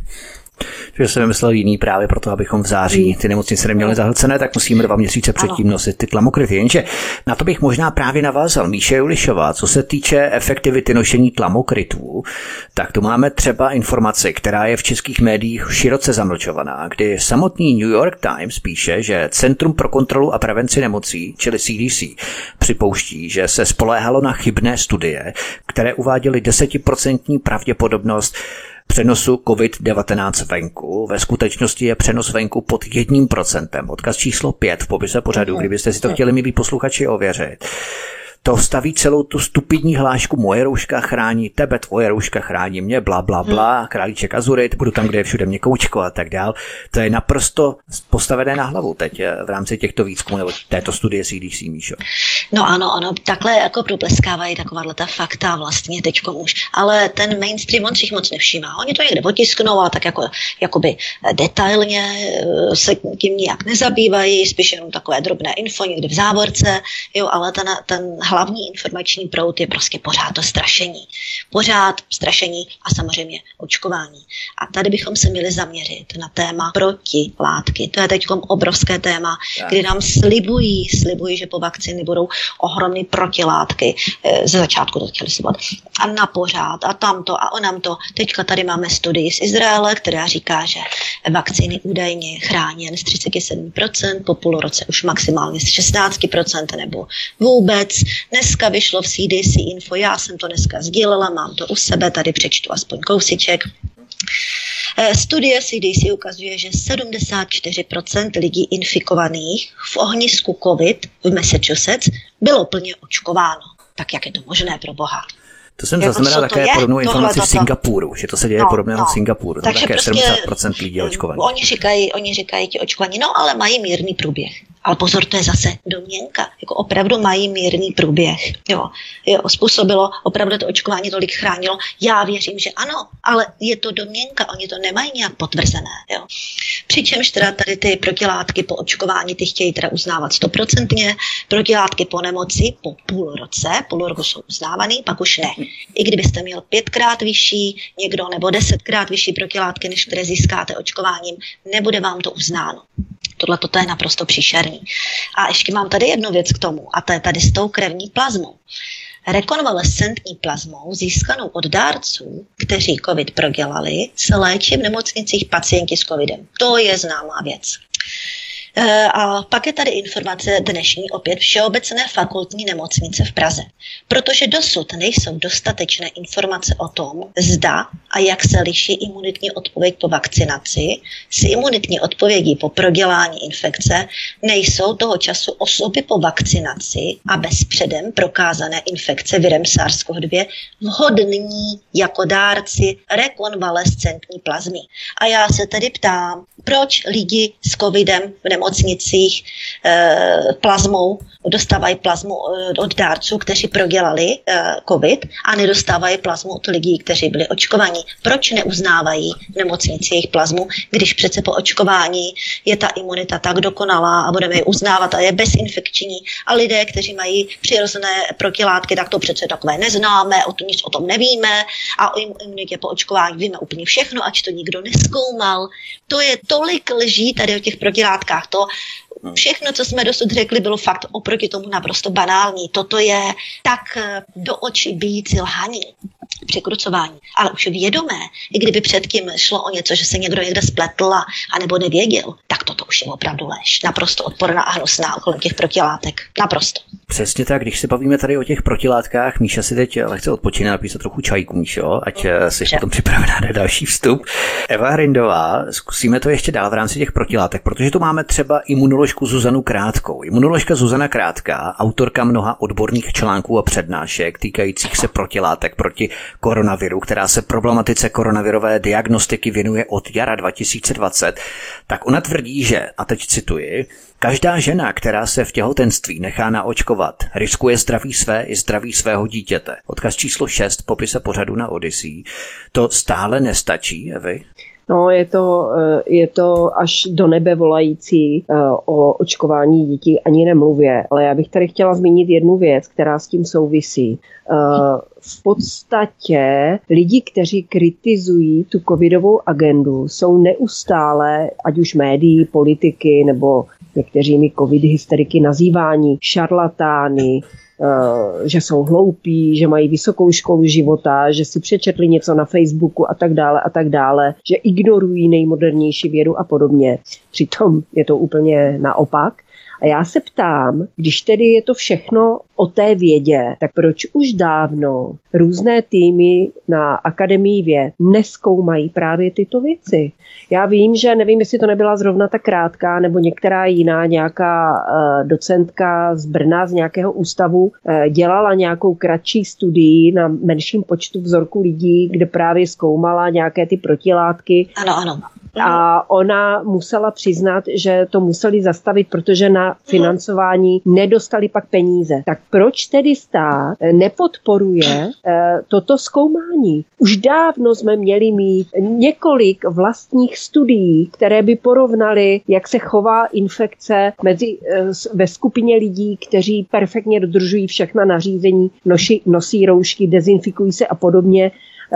Že jsem vymyslel jiný právě proto, abychom v září ty nemocnice neměly zahlcené, tak musíme dva měsíce předtím nosit ty tlamokryty. Jenže na to bych možná právě navázal. Míše Julišová, co se týče efektivity nošení tlamokrytů, tak tu máme třeba informaci, která je v českých médiích široce zamlčovaná, kdy samotný New York Times píše, že Centrum pro kontrolu a prevenci nemocí, čili C D C, připouští, že se spoléhalo na chybné studie, které uváděly desetiprocentní pravděpodobnost přenosu covid devatenáct venku. Ve skutečnosti je přenos venku pod jedním procentem. Odkaz číslo pět v popise pořadu, kdybyste si to chtěli, milí posluchači, ověřit. To staví celou tu stupidní hlášku moje rouška chrání tebe, tvoje rouška chrání mě, bla, bla, bla, králíček Azurit, budu tam, kde je všude měkoučko a tak dál. To je naprosto postavené na hlavu teď v rámci těchto výzkumů nebo této studie C D C, Míšo. No ano, ano, takhle jako probleskávají takováhle ta fakta vlastně teďko už, ale ten mainstream on sich moc nevšímá. Oni to někde otisknou, ale tak jako, jakoby detailně se tím nijak nezabývají, spíš jenom takové drobné info někde v závorce, jo, ale ten, ten hlavní informační proud je prostě pořád to strašení. Pořád strašení a samozřejmě očkování. A tady bychom se měli zaměřit na téma protilátky. To je teď obrovské téma, tak. Kdy nám slibují, slibují, že po vakcíny budou ohromné protilátky. Ze začátku to chtěli slibovat. A na pořád, a tamto, a onam to. Teďka tady máme studii z Izraele, která říká, že vakcíny údajně chrání jen z třicet sedm procent, po půl roce už maximálně z šestnáct procent nebo vůbec. Dneska vyšlo v C D C info, já jsem to dneska sdílela, mám to u sebe, tady přečtu aspoň kousíček. Studie C D C ukazuje, že sedmdesát čtyři procent lidí infikovaných v ohnisku COVID v Massachusetts bylo plně očkováno. Tak jak je to možné, pro boha? To jsem zaznamenal také podobnou informaci v Singapuru, že to se děje no, podobného no. v Singapuru. Takže také prostě sedmdesát procent lidí očkovaných. Oni říkají, oni říkají ti očkovaní, no ale mají mírný průběh. Ale pozor, to je zase domněnka. Jako opravdu mají mírný průběh. Jo. Jo, způsobilo, opravdu to očkování tolik chránilo. Já věřím, že ano, ale je to domněnka. Oni to nemají nějak potvrzené. Jo. Přičemž teda tady ty protilátky po očkování ty chtějí teda uznávat stoprocentně. Protilátky po nemoci po půl roce, půl roku jsou uznávaný, pak už ne. I kdybyste měl pětkrát vyšší někdo nebo desetkrát vyšší protilátky, než které získáte očkováním, nebude vám to uznáno. Tohle toto je naprosto příšerný. A ještě mám tady jednu věc k tomu, a to je tady s tou krevní plazmou. Rekonvalescentní plazmou získanou od dárců, kteří covid prodělali, se léčí v nemocnicích pacienti s covidem. To je známá věc. A pak je tady informace dnešní opět Všeobecné fakultní nemocnice v Praze. Protože dosud nejsou dostatečné informace o tom, zda a jak se liší imunitní odpověď po vakcinaci s imunitní odpovědí po prodělání infekce, nejsou toho času osoby po vakcinaci a bez předem prokázané infekce virem SARS-C o V dva vhodní jako dárci rekonvalescentní plazmy. A já se tedy ptám, proč lidi s covidem v nemocnicích e, plazmou dostávají plazmu od dárců, kteří prodělali e, covid a nedostávají plazmu od lidí, kteří byli očkovaní. Proč neuznávají v nemocnici jejich plazmu, když přece po očkování je ta imunita tak dokonalá a budeme ji uznávat a je bezinfekční a lidé, kteří mají přirozené protilátky, tak to přece takové neznáme, o to nic o tom nevíme a o imunitě po očkování víme úplně všechno, ať to nikdo nezkoumal. To je tolik lží tady o těch protilátkách. To všechno, co jsme dosud řekli, bylo fakt oproti tomu naprosto banální. Toto je tak do očí bijící lhaní, překrucování, ale už vědomé, i kdyby předtím šlo o něco, že se někdo někde spletl a, a nebo nevěděl, tak toto už je opravdu lež. Naprosto odporná a hnusná kolem těch protilátek. Naprosto. Přesně tak, když se bavíme tady o těch protilátkách, Míša si teď lehce odpočíne, napí se trochu čajku, Míšo, ať jsi potom připravená na další vstup. Eva Hrindová, zkusíme to ještě dál v rámci těch protilátek, protože tu máme třeba imunoložku Zuzanu Krátkou. Imunoložka Zuzana Krátká, autorka mnoha odborných článků a přednášek týkajících se protilátek proti koronaviru, která se problematice koronavirové diagnostiky věnuje od jara dva tisíce dvacet, tak ona tvrdí, že, a teď cituji, každá žena, která se v těhotenství nechá naočkovat, riskuje zdraví své i zdraví svého dítěte. Odkaz číslo šest, popise pořadu na Odyssey. To stále nestačí, Evi? No, je to, je to až do nebe volající o očkování dětí, ani nemluvě. Ale já bych tady chtěla zmínit jednu věc, která s tím souvisí. V podstatě lidi, kteří kritizují tu covidovou agendu, jsou neustále, ať už médií, politiky nebo někteřími covid hysteriky nazývání šarlatány, že jsou hloupí, že mají vysokou školu života, že si přečetli něco na Facebooku a tak dále a tak dále, že ignorují nejmodernější vědu a podobně. Přitom je to úplně naopak. A já se ptám, když tedy je to všechno o té vědě, tak proč už dávno různé týmy na Akademii věd nezkoumají právě tyto věci? Já vím, že nevím, jestli to nebyla zrovna ta Krátká nebo některá jiná nějaká uh, docentka z Brna, z nějakého ústavu, uh, dělala nějakou kratší studii na menším počtu vzorků lidí, kde právě zkoumala nějaké ty protilátky. Ano, ano. A ona musela přiznat, že to museli zastavit, protože na financování nedostali pak peníze. Tak proč tedy stát nepodporuje eh, toto zkoumání? Už dávno jsme měli mít několik vlastních studií, které by porovnaly, jak se chová infekce mezi, eh, ve skupině lidí, kteří perfektně dodržují všechna nařízení, noši, nosí roušky, dezinfikují se a podobně.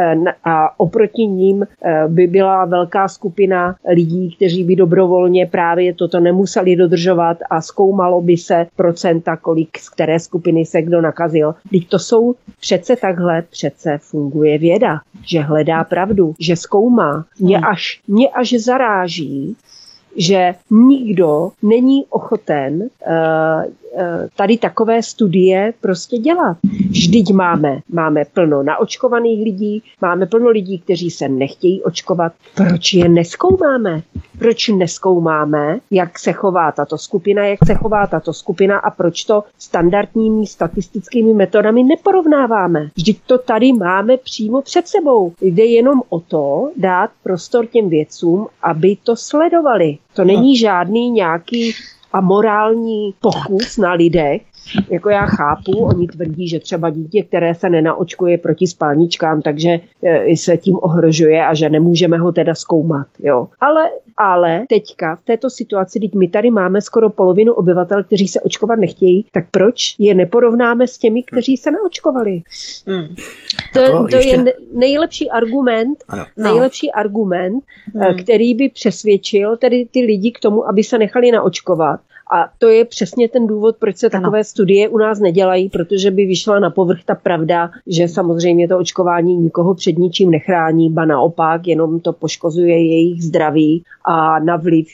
A oproti ním by byla velká skupina lidí, kteří by dobrovolně právě toto nemuseli dodržovat a zkoumalo by se procenta, kolik z které skupiny se kdo nakazil. Vždyť to jsou přece takhle, přece funguje věda, že hledá pravdu, že zkoumá. Mě až, mě až zaráží, že nikdo není ochoten uh, uh, tady takové studie prostě dělat. Vždyť máme, máme plno naočkovaných lidí, máme plno lidí, kteří se nechtějí očkovat. Proč je nezkoumáme? Proč nezkoumáme, jak se chová tato skupina, jak se chová tato skupina a proč to standardními statistickými metodami neporovnáváme? Vždyť to tady máme přímo před sebou. Jde jenom o to dát prostor těm vědcům, aby to sledovali. To není žádný nějaký amorální pokus na lidech. Jako já chápu, oni tvrdí, že třeba dítě, které se nenaočkuje proti spalničkám, takže se tím ohrožuje a že nemůžeme ho teda zkoumat. Jo. Ale, ale teďka v této situaci, když my tady máme skoro polovinu obyvatel, kteří se očkovat nechtějí, tak proč je neporovnáme s těmi, kteří se naočkovali? Hmm. To, to ještě... je nejlepší argument, ano. nejlepší argument, hmm. který by přesvědčil tedy ty lidi k tomu, aby se nechali naočkovat. A to je přesně ten důvod, proč se takové ano. studie u nás nedělají, protože by vyšla na povrch ta pravda, že samozřejmě to očkování nikoho před ničím nechrání, ba naopak, jenom to poškozuje jejich zdraví a na vliv,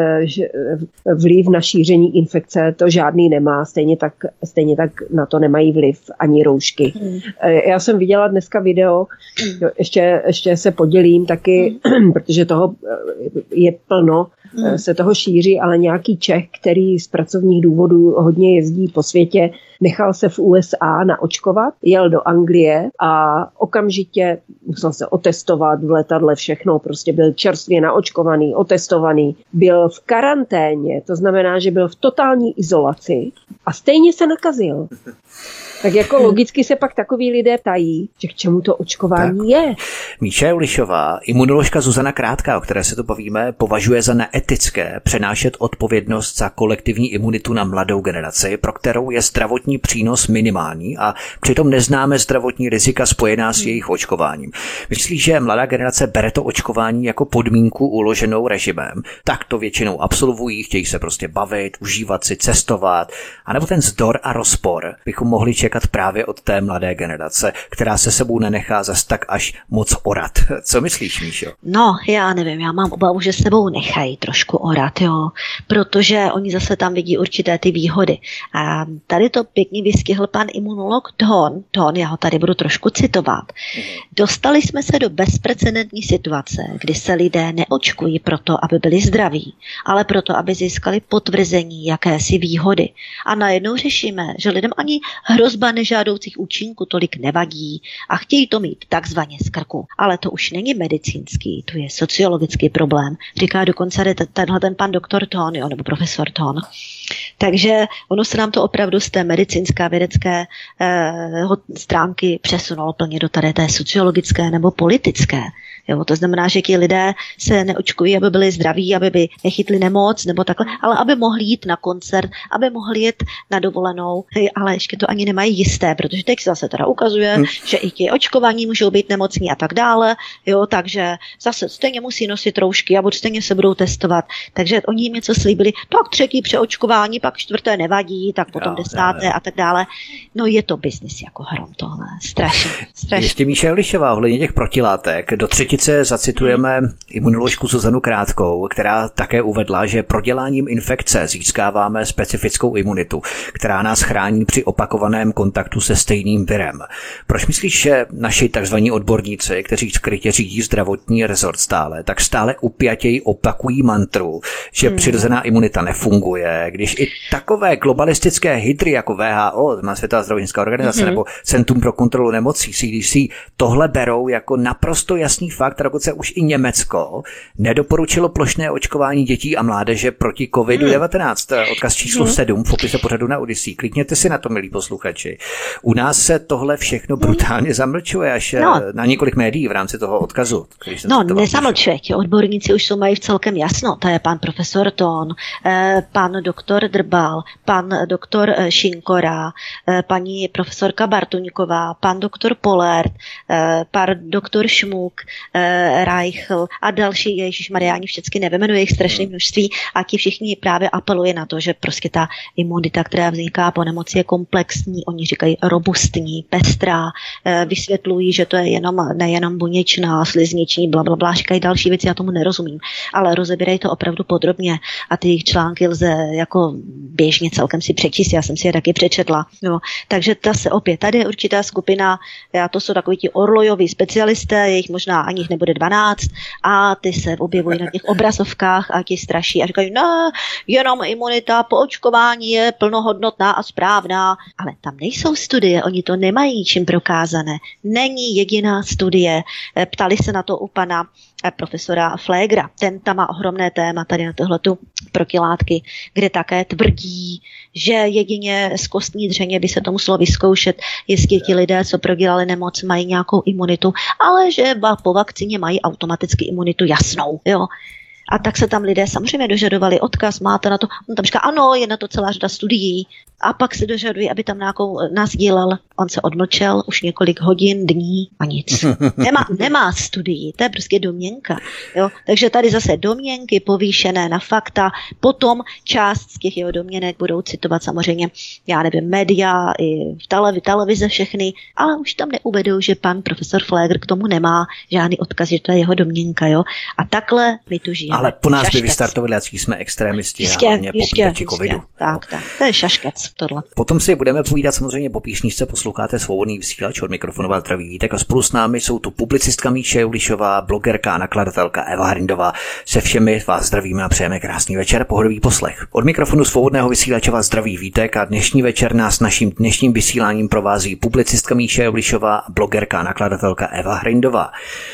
vliv na šíření infekce to žádný nemá, stejně tak, stejně tak na to nemají vliv ani roušky. Hmm. Já jsem viděla dneska video, ještě, ještě se podělím taky, hmm. protože toho je plno, hmm. se toho šíří, ale nějaký Čech, který z pracovních důvodů hodně jezdí po světě, nechal se v U S A naočkovat, jel do Anglie a okamžitě musel se otestovat v letadle, všechno, prostě byl čerstvě naočkovaný, otestovaný, byl v karanténě, to znamená, že byl v totální izolaci a stejně se nakazil. Tak jako logicky se pak takoví lidé ptají, že k čemu to očkování tak. je. Míša Julišová, imunoložka Zuzana Krátká, o které se tu bavíme, považuje za neetické přenášet odpovědnost za kolektivní imunitu na mladou generaci, pro kterou je zdravotní přínos minimální a přitom neznáme zdravotní rizika spojená s jejich očkováním. Myslí, že mladá generace bere to očkování jako podmínku uloženou režimem. Tak to většinou absolvují, chtějí se prostě bavit, užívat si, cestovat, anebo ten vzdor a rozpor bychom mohli čekat právě od té mladé generace, která se sebou nenechá zas tak až moc orat. Co myslíš, Míšo? No, já nevím, já mám obavu, že sebou nechají trošku orat, jo, protože oni zase tam vidí určité ty výhody. A tady to pěkně vystihl pan imunolog Thon, Thon, já ho tady budu trošku citovat. Dostali jsme se do bezprecedentní situace, kdy se lidé neočkují proto, aby byli zdraví, ale proto, aby získali potvrzení jakési výhody. A najednou řešíme, že lidem ani hrozba nežádoucích účinků tolik nevadí a chtějí to mít takzvaně z krku. Ale to už není medicínský, to je sociologický problém. Říká dokonce tenhle ten pan doktor Thon, jo, nebo profesor Thon. Takže ono se nám to opravdu z té medicínské vědecké eh, stránky přesunulo plně do tady té sociologické nebo politické. Jo, to znamená, že ti lidé se neočkují, aby byli zdraví, aby by nechytli nemoc nebo takhle, ale aby mohli jít na koncert, aby mohli jít na dovolenou, ale ještě to ani nemají jisté, protože teď se zase teda ukazuje, hmm. že i ti očkovaní můžou být nemocní a tak dále, jo, takže zase stejně musí nosit roušky a buď stejně se budou testovat, takže oni jim něco slíbili, tak třetí přeočkování, pak čtvrté nevadí, tak potom jo, desáté jo. a tak dále. No je to biznis jako hrom tohle, strašně, strašně. Ještě Míša Jelišová, ohledně těch protilátek, do třetí zacitujeme imunoložku Zuzanu Krátkou, která také uvedla, že proděláním infekce získáváme specifickou imunitu, která nás chrání při opakovaném kontaktu se stejným virem. Proč myslíš, že naši takzvaní odborníci, kteří skrytě řídí zdravotní rezort stále, tak stále upjatěji opakují mantru, že hmm. přirozená imunita nefunguje, když i takové globalistické hydry jako W H O, Světová zdravotnická organizace, hmm. nebo Centrum pro kontrolu nemocí C D C, tohle berou jako naprosto jasný fakt, a dokonce už i Německo nedoporučilo plošné očkování dětí a mládeže proti kovidu devatenáct. Hmm. Odkaz číslo hmm. sedm v popise pořadu na Odyssey. Klikněte si na to, milí posluchači. U nás se tohle všechno brutálně zamlčuje až no. na několik médií v rámci toho odkazu. No, nezamlčuje. Ti odborníci už jsou mají v celkem jasno. To je pan profesor Thon, pan doktor Drbal, pan doktor Šinkora, paní profesorka Bartuňková, pan doktor Polert, pan doktor Šmuk, Reichl a další, ježišmarja, ani všechny nevymenuji, jich strašné množství a ti všichni právě apeluje na to, že prostě ta imunita, která vzniká po nemoci, je komplexní, oni říkají robustní, pestrá, vysvětlují, že to je jenom, nejenom buněčná, slizniční, blablabla, říkají další věci, já tomu nerozumím, ale rozebírají to opravdu podrobně a ty jejich články lze jako běžně celkem si přečíst, já jsem si je taky přečetla. No, takže ta se opět, tady je určitá skupina, a to jsou takoví ti orlojoví specialisté, jejich možná ani jich nebude dvanáct a ty se objevují na těch obrazovkách a ti straší a říkají, no, jenom imunita po očkování je plnohodnotná a správná, ale tam nejsou studie, oni to nemají čím prokázané. Není jediná studie. Ptali se na to u pana profesora Flegra. Ten tam má ohromné téma tady na tohletu protilátky, kde také tvrdí, že jedině z kostní dřeně by se to muselo vyzkoušet, jestli ti lidé, co prodělali nemoc, mají nějakou imunitu, ale že po vakcíně mají automaticky imunitu jasnou. Jo. A tak se tam lidé samozřejmě dožadovali odkaz, máte na to, on tam říká, ano, je na to celá řada studií. A pak se dožadují, aby tam nějakou nás dílel. On se odmlčel už několik hodin, dní a nic. Nemá, nemá studií, to je prostě domněnka. Jo? Takže tady zase domněnky povýšené na fakta. Potom část z těch jeho domněnek budou citovat samozřejmě, já nevím, média, i v televizi, televize všechny, ale už tam neuvedou, že pan profesor Flegr k tomu nemá žádný odkaz, že to je jeho domněnka. Jo? A takhle my tu žijeme. Ale po nás šaškec. By vystartovali, jaký jsme extrémisti jistě, a hlavně popírači covidu. Tak, tak, to je šaškec. Tohle. Potom si budeme povídat samozřejmě po písničce, posloucháte Svobodný vysílač, od mikrofonu vás zdraví Vítek a spolu s námi jsou tu publicistka Míša Julišová, blogerka a nakladatelka Eva Hrindová. Se všemi vás zdravíme a přejeme krásný večer, pohodový poslech. Od mikrofonu Svobodného vysílače vás zdraví Vítek a dnešní večer nás naším dnešním vysíláním provází publicistka Míša Julišová a blogerka a nakladatelka Eva Hrindová.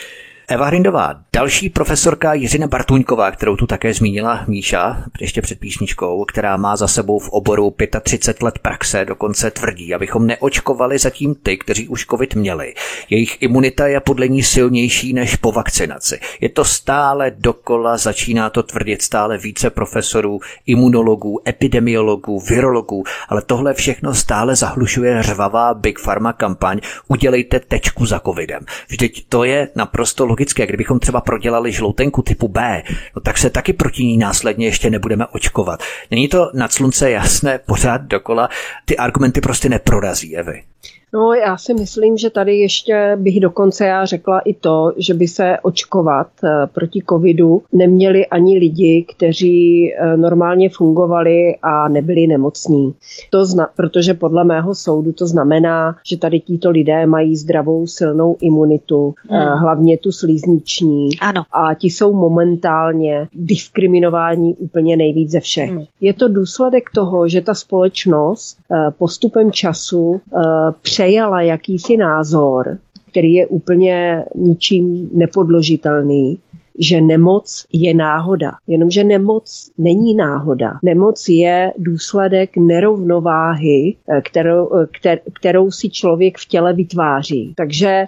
Eva Hrindová, další profesorka Jiřina Bartuňková, kterou tu také zmínila Míša, ještě před písničkou, která má za sebou v oboru třicet pět let praxe, dokonce tvrdí, abychom neočkovali zatím ty, kteří už covid měli. Jejich imunita je podle ní silnější než po vakcinaci. Je to stále dokola, začíná to tvrdit stále více profesorů, imunologů, epidemiologů, virologů, ale tohle všechno stále zahlušuje řvavá Big Pharma kampaň Udělejte tečku za covidem. Vždyť to je naprosto logické, kdybychom třeba prodělali žloutenku typu B, no tak se taky proti ní následně ještě nebudeme očkovat. Není to nad slunce jasné pořád dokola, ty argumenty prostě neprorazí, Evy. No, já si myslím, že tady ještě bych dokonce já řekla i to, že by se očkovat proti covidu neměli ani lidi, kteří normálně fungovali a nebyli nemocní. To zna, protože podle mého soudu to znamená, že tady títo lidé mají zdravou, silnou imunitu, hmm. hlavně tu slizniční. Ano. A ti jsou momentálně diskriminováni úplně nejvíc ze všech. Hmm. Je to důsledek toho, že ta společnost postupem času přejala jakýsi názor, který je úplně ničím nepodložitelný, že nemoc je náhoda. Jenomže nemoc není náhoda. Nemoc je důsledek nerovnováhy, kterou, kterou si člověk v těle vytváří. Takže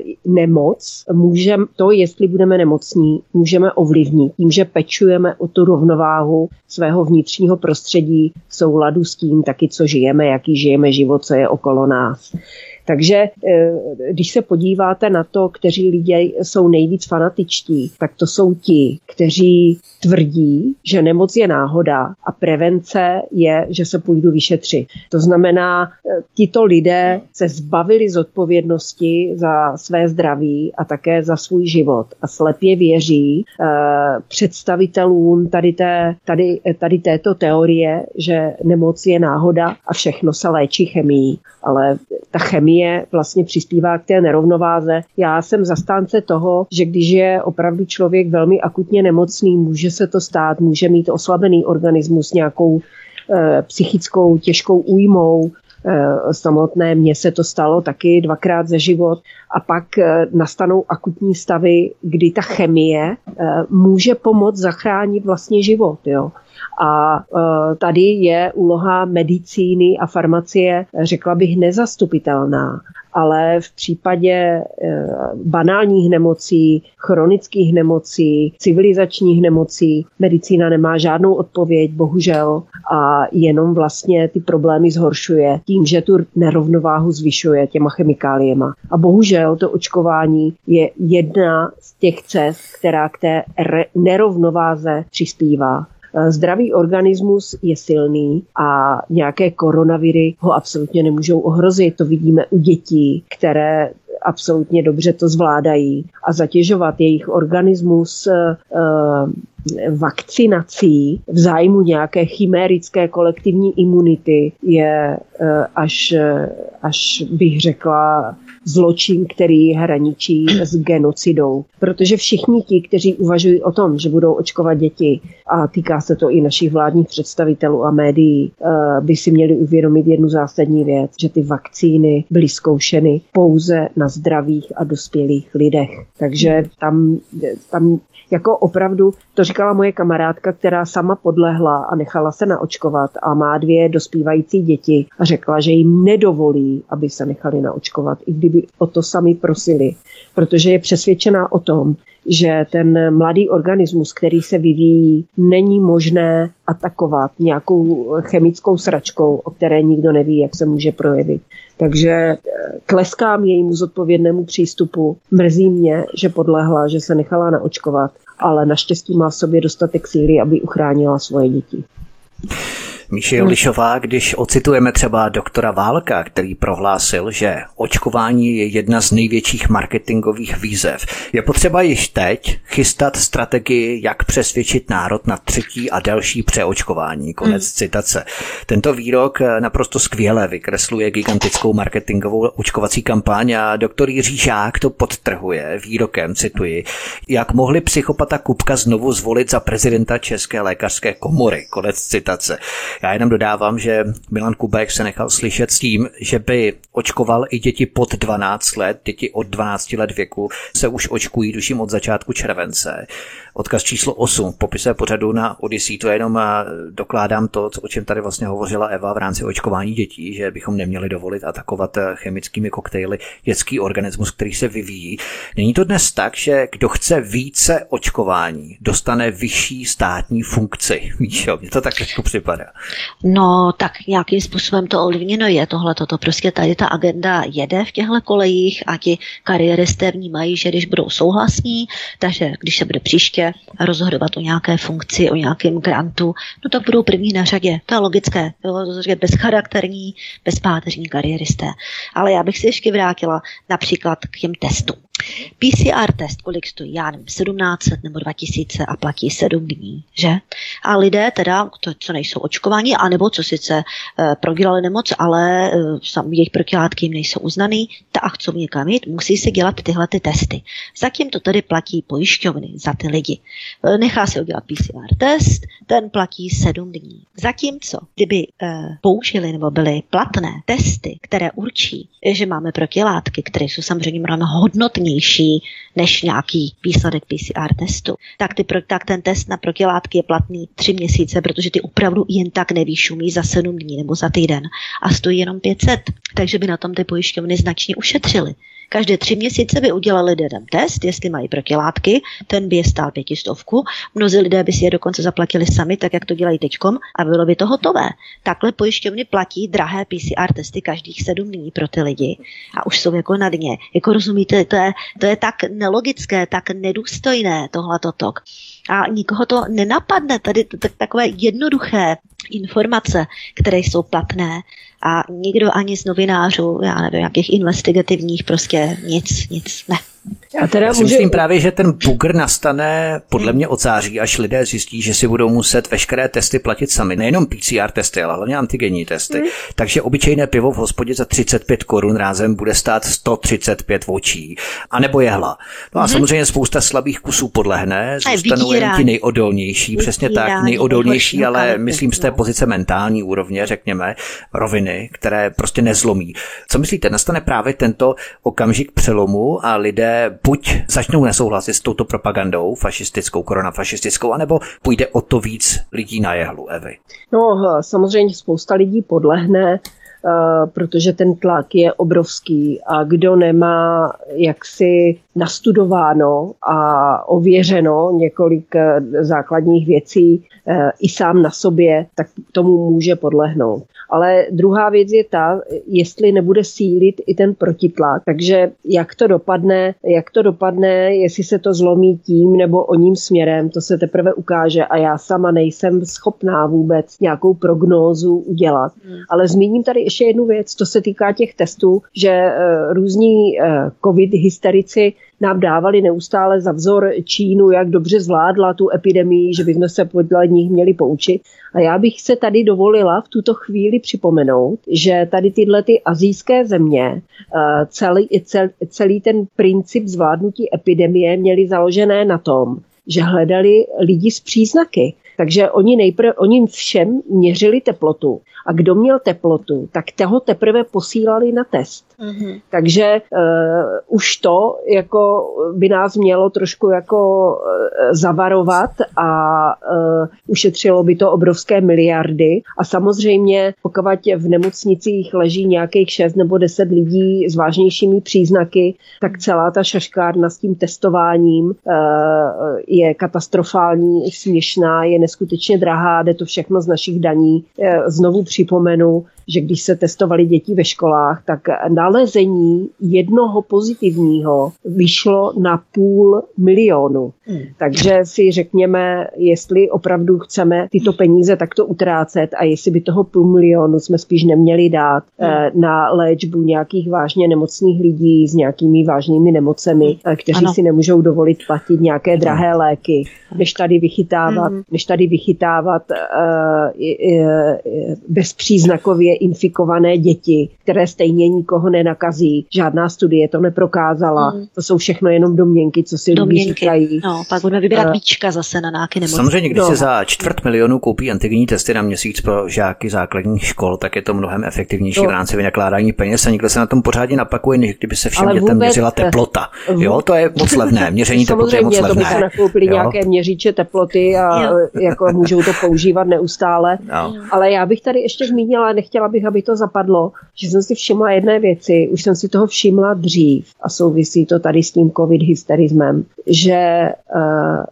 nemoc můžeme, to, jestli budeme nemocní, můžeme ovlivnit tím, že pečujeme o tu rovnováhu svého vnitřního prostředí v souladu s tím taky, co žijeme, jaký žijeme život, co je okolo nás. Takže když se podíváte na to, kteří lidé jsou nejvíc fanatičtí, tak to jsou ti, kteří tvrdí, že nemoc je náhoda a prevence je, že se půjdu vyšetřit. To znamená, tito lidé se zbavili zodpovědnosti za své zdraví a také za svůj život a slepě věří eh, představitelům tady, té, tady, tady této teorie, že nemoc je náhoda a všechno se léčí chemií. Ale ta chemie vlastně přispívá k té nerovnováze. Já jsem zastánce toho, že když je opravdu člověk velmi akutně nemocný, může se to stát, může mít oslabený organismus nějakou e, psychickou těžkou újmou. E, samotné mně se to stalo taky dvakrát za život a pak e, nastanou akutní stavy, kdy ta chemie e, může pomoct zachránit vlastně život, jo. A e, tady je úloha medicíny a farmacie, řekla bych, nezastupitelná. Ale v případě e, banálních nemocí, chronických nemocí, civilizačních nemocí medicína nemá žádnou odpověď, bohužel, a jenom vlastně ty problémy zhoršuje tím, že tu nerovnováhu zvyšuje těma chemikáliema. A bohužel to očkování je jedna z těch cest, která k té re- nerovnováze přispívá. Zdravý organismus je silný a nějaké koronaviry ho absolutně nemůžou ohrozit. To vidíme u dětí, které absolutně dobře to zvládají. A zatěžovat jejich organismus e, vakcinací v zájmu nějaké chimérické kolektivní imunity je e, až, až bych řekla, zločin, který hraničí s genocidou. Protože všichni ti, kteří uvažují o tom, že budou očkovat děti, a týká se to i našich vládních představitelů a médií, by si měli uvědomit jednu zásadní věc, že ty vakcíny byly zkoušeny pouze na zdravých a dospělých lidech. Takže tam, tam jako opravdu, to říkala moje kamarádka, která sama podlehla a nechala se naočkovat a má dvě dospívající děti a řekla, že jim nedovolí, aby se nechali naočkovat, i kdyby o to sami prosili, protože je přesvědčená o tom, že ten mladý organismus, který se vyvíjí, není možné atakovat nějakou chemickou sračkou, o které nikdo neví, jak se může projevit. Takže tleskám jejímu zodpovědnému přístupu. Mrzí mě, že podlehla, že se nechala naočkovat, ale naštěstí má v sobě dostatek síly, aby uchránila svoje děti. Míši Jolišová, když ocitujeme třeba doktora Válka, který prohlásil, že očkování je jedna z největších marketingových výzev, je potřeba již teď chystat strategii, jak přesvědčit národ na třetí a další přeočkování. Konec mm. citace. Tento výrok naprosto skvěle vykresluje gigantickou marketingovou očkovací kampaň a doktor Jiří Žák to podtrhuje výrokem, cituji, jak mohli psychopata Kupka znovu zvolit za prezidenta České lékařské komory. Konec citace. Já jenom dodávám, že Milan Kubek se nechal slyšet s tím, že by očkoval i děti pod dvanáct let, děti od dvanácti let věku se už očkují, tuším, od začátku července. Odkaz číslo osm v popise pořadu na Odyssey, to jenom dokládám to, o čem tady vlastně hovořila Eva v rámci očkování dětí, že bychom neměli dovolit atakovat chemickými koktejly dětský organismus, který se vyvíjí. Není to dnes tak, že kdo chce více očkování, dostane vyšší státní funkci? Víš jo, mně to tak jako připadá. No, tak nějakým způsobem to ovlivněno je tohle, toto prostě tady ta agenda jede v těchto kolejích a ti kariéristé vnímají, že když budou souhlasní, takže když se bude příště rozhodovat o nějaké funkci, o nějakém grantu, no tak budou první na řadě. To je logické, to je bezcharakterní, bezpáteřní kariéristé. Ale já bych se ještě vrátila například k těm testům. P C R test, kolik stojí, já nevím, sedmnáct set nebo dva tisíce a platí sedm dní, že? A lidé teda, to, co nejsou očkovaní, anebo co sice e, prodělali nemoc, ale e, sam, jejich protilátky jim nejsou uznaný, tak a chcou někam jít, musí si dělat tyhle ty testy. Zatím to tedy platí pojišťovny za ty lidi. E, nechá se udělat P C R test, ten platí sedm dní. Zatímco, kdyby e, použili nebo byly platné testy, které určí, že máme protilátky, které jsou samozřejmě mnohem hodnotnější než nějaký výsledek P C R testu, tak, ty, tak ten test na protilátky je platný tři měsíce, protože ty opravdu jen tak nevyšumí za sedm dní nebo za týden a stojí jenom pět set. Takže by na tom ty pojišťovny značně ušetřily. Každé tři měsíce by udělali lidem test, jestli mají protilátky, ten by je stál pětistovku. Mnozí lidé by si je dokonce zaplatili sami, tak jak to dělají teďkom, a bylo by to hotové. Takhle pojišťovny platí drahé P C R testy každých sedm dní pro ty lidi a už jsou jako na dně. Jako rozumíte, to je, to je tak nelogické, tak nedůstojné tohleto tok. A nikoho to nenapadne, tady takové jednoduché informace, které jsou platné, a nikdo ani z novinářů, já nevím, jakých investigativních, prostě nic, nic, ne. Já, teda Já si může... myslím právě, že ten bugr nastane podle mě od září, až lidé zjistí, že si budou muset veškeré testy platit sami. Nejenom P C R testy, ale hlavně antigenní testy. Hmm. Takže obyčejné pivo v hospodě za třicet pět korun rázem bude stát sto třicet pět vočí. A nebo jehla. No a hmm. samozřejmě spousta slabých kusů podlehne, zůstanou jen ti nejodolnější, přesně tak, nejodolnější, ale myslím z té pozice mentální úrovně, řekněme, roviny, které prostě nezlomí. Co myslíte, nastane právě tento okamžik přelomu a lidé buď začnou nesouhlasit s touto propagandou fašistickou, koronafašistickou, anebo půjde o to víc lidí na jehlu, Evy? No, samozřejmě spousta lidí podlehne, protože ten tlak je obrovský a kdo nemá jaksi nastudováno a ověřeno několik základních věcí i sám na sobě, tak tomu může podlehnout. Ale druhá věc je ta, jestli nebude sílit i ten protitlak. Takže jak to dopadne, jak to dopadne, jestli se to zlomí tím nebo o ním směrem, to se teprve ukáže a já sama nejsem schopná vůbec nějakou prognózu udělat. Hmm. Ale zmíním tady ještě jednu věc, to se týká těch testů, že uh, různí uh, covid hysterici nám dávali neustále za vzor Čínu, jak dobře zvládla tu epidemii, že bychom se podle nich měli poučit. A já bych se tady dovolila v tuto chvíli připomenout, že tady tyhle ty asijské země celý, cel, celý ten princip zvládnutí epidemie měli založené na tom, že hledali lidi s příznaky. Takže oni nejprve, oni všem měřili teplotu. A kdo měl teplotu, tak toho teprve posílali na test. Mm-hmm. Takže uh, už to jako by nás mělo trošku jako uh, zavarovat a uh, ušetřilo by to obrovské miliardy. A samozřejmě, pokud v nemocnicích leží nějakých šest nebo deset lidí s vážnějšími příznaky, tak celá ta šaškárna s tím testováním uh, je katastrofální, směšná, je neskutečně drahá, jde to všechno z našich daní. Uh, znovu připomenu, že když se testovali děti ve školách, tak nalezení jednoho pozitivního vyšlo na půl milionu. Hmm. Takže si řekněme, jestli opravdu chceme tyto peníze takto utrácet a jestli by toho půl milionu jsme spíš neměli dát hmm. na léčbu nějakých vážně nemocných lidí s nějakými vážnými nemocemi, hmm. kteří ano. si nemůžou dovolit platit nějaké drahé léky, než tady vychytávat, hmm. než tady vychytávat uh, uh, bezpříznakově infikované děti, které stejně nikoho nenakazí. Žádná studie to neprokázala. Hmm. To jsou všechno jenom domněnky, co si lidi říkají. No, pak budeme vybírat uh, víčka zase na nějaké nemoci. Samozřejmě, když no. se za čtvrt milionu koupí antigenní testy na měsíc pro žáky základních škol, tak je to mnohem efektivnější no. v rámci vynakládání peněz a nikdo se na tom pořádně napakuje, než kdyby se všem dětem měřila teplota. Jo, to je moc levné. Měření teploty je moc levné. Samozřejmě, to by se nakoupili jo. nějaké měřiče teploty a jo. jako můžou to používat neustále. No. Ale já bych tady ještě zmínila, nechtěla bych, aby to zapadlo, že jsem si všimla jedné věci, už jsem si toho všimla dřív a souvisí to tady s tím covid hysterismem, že uh,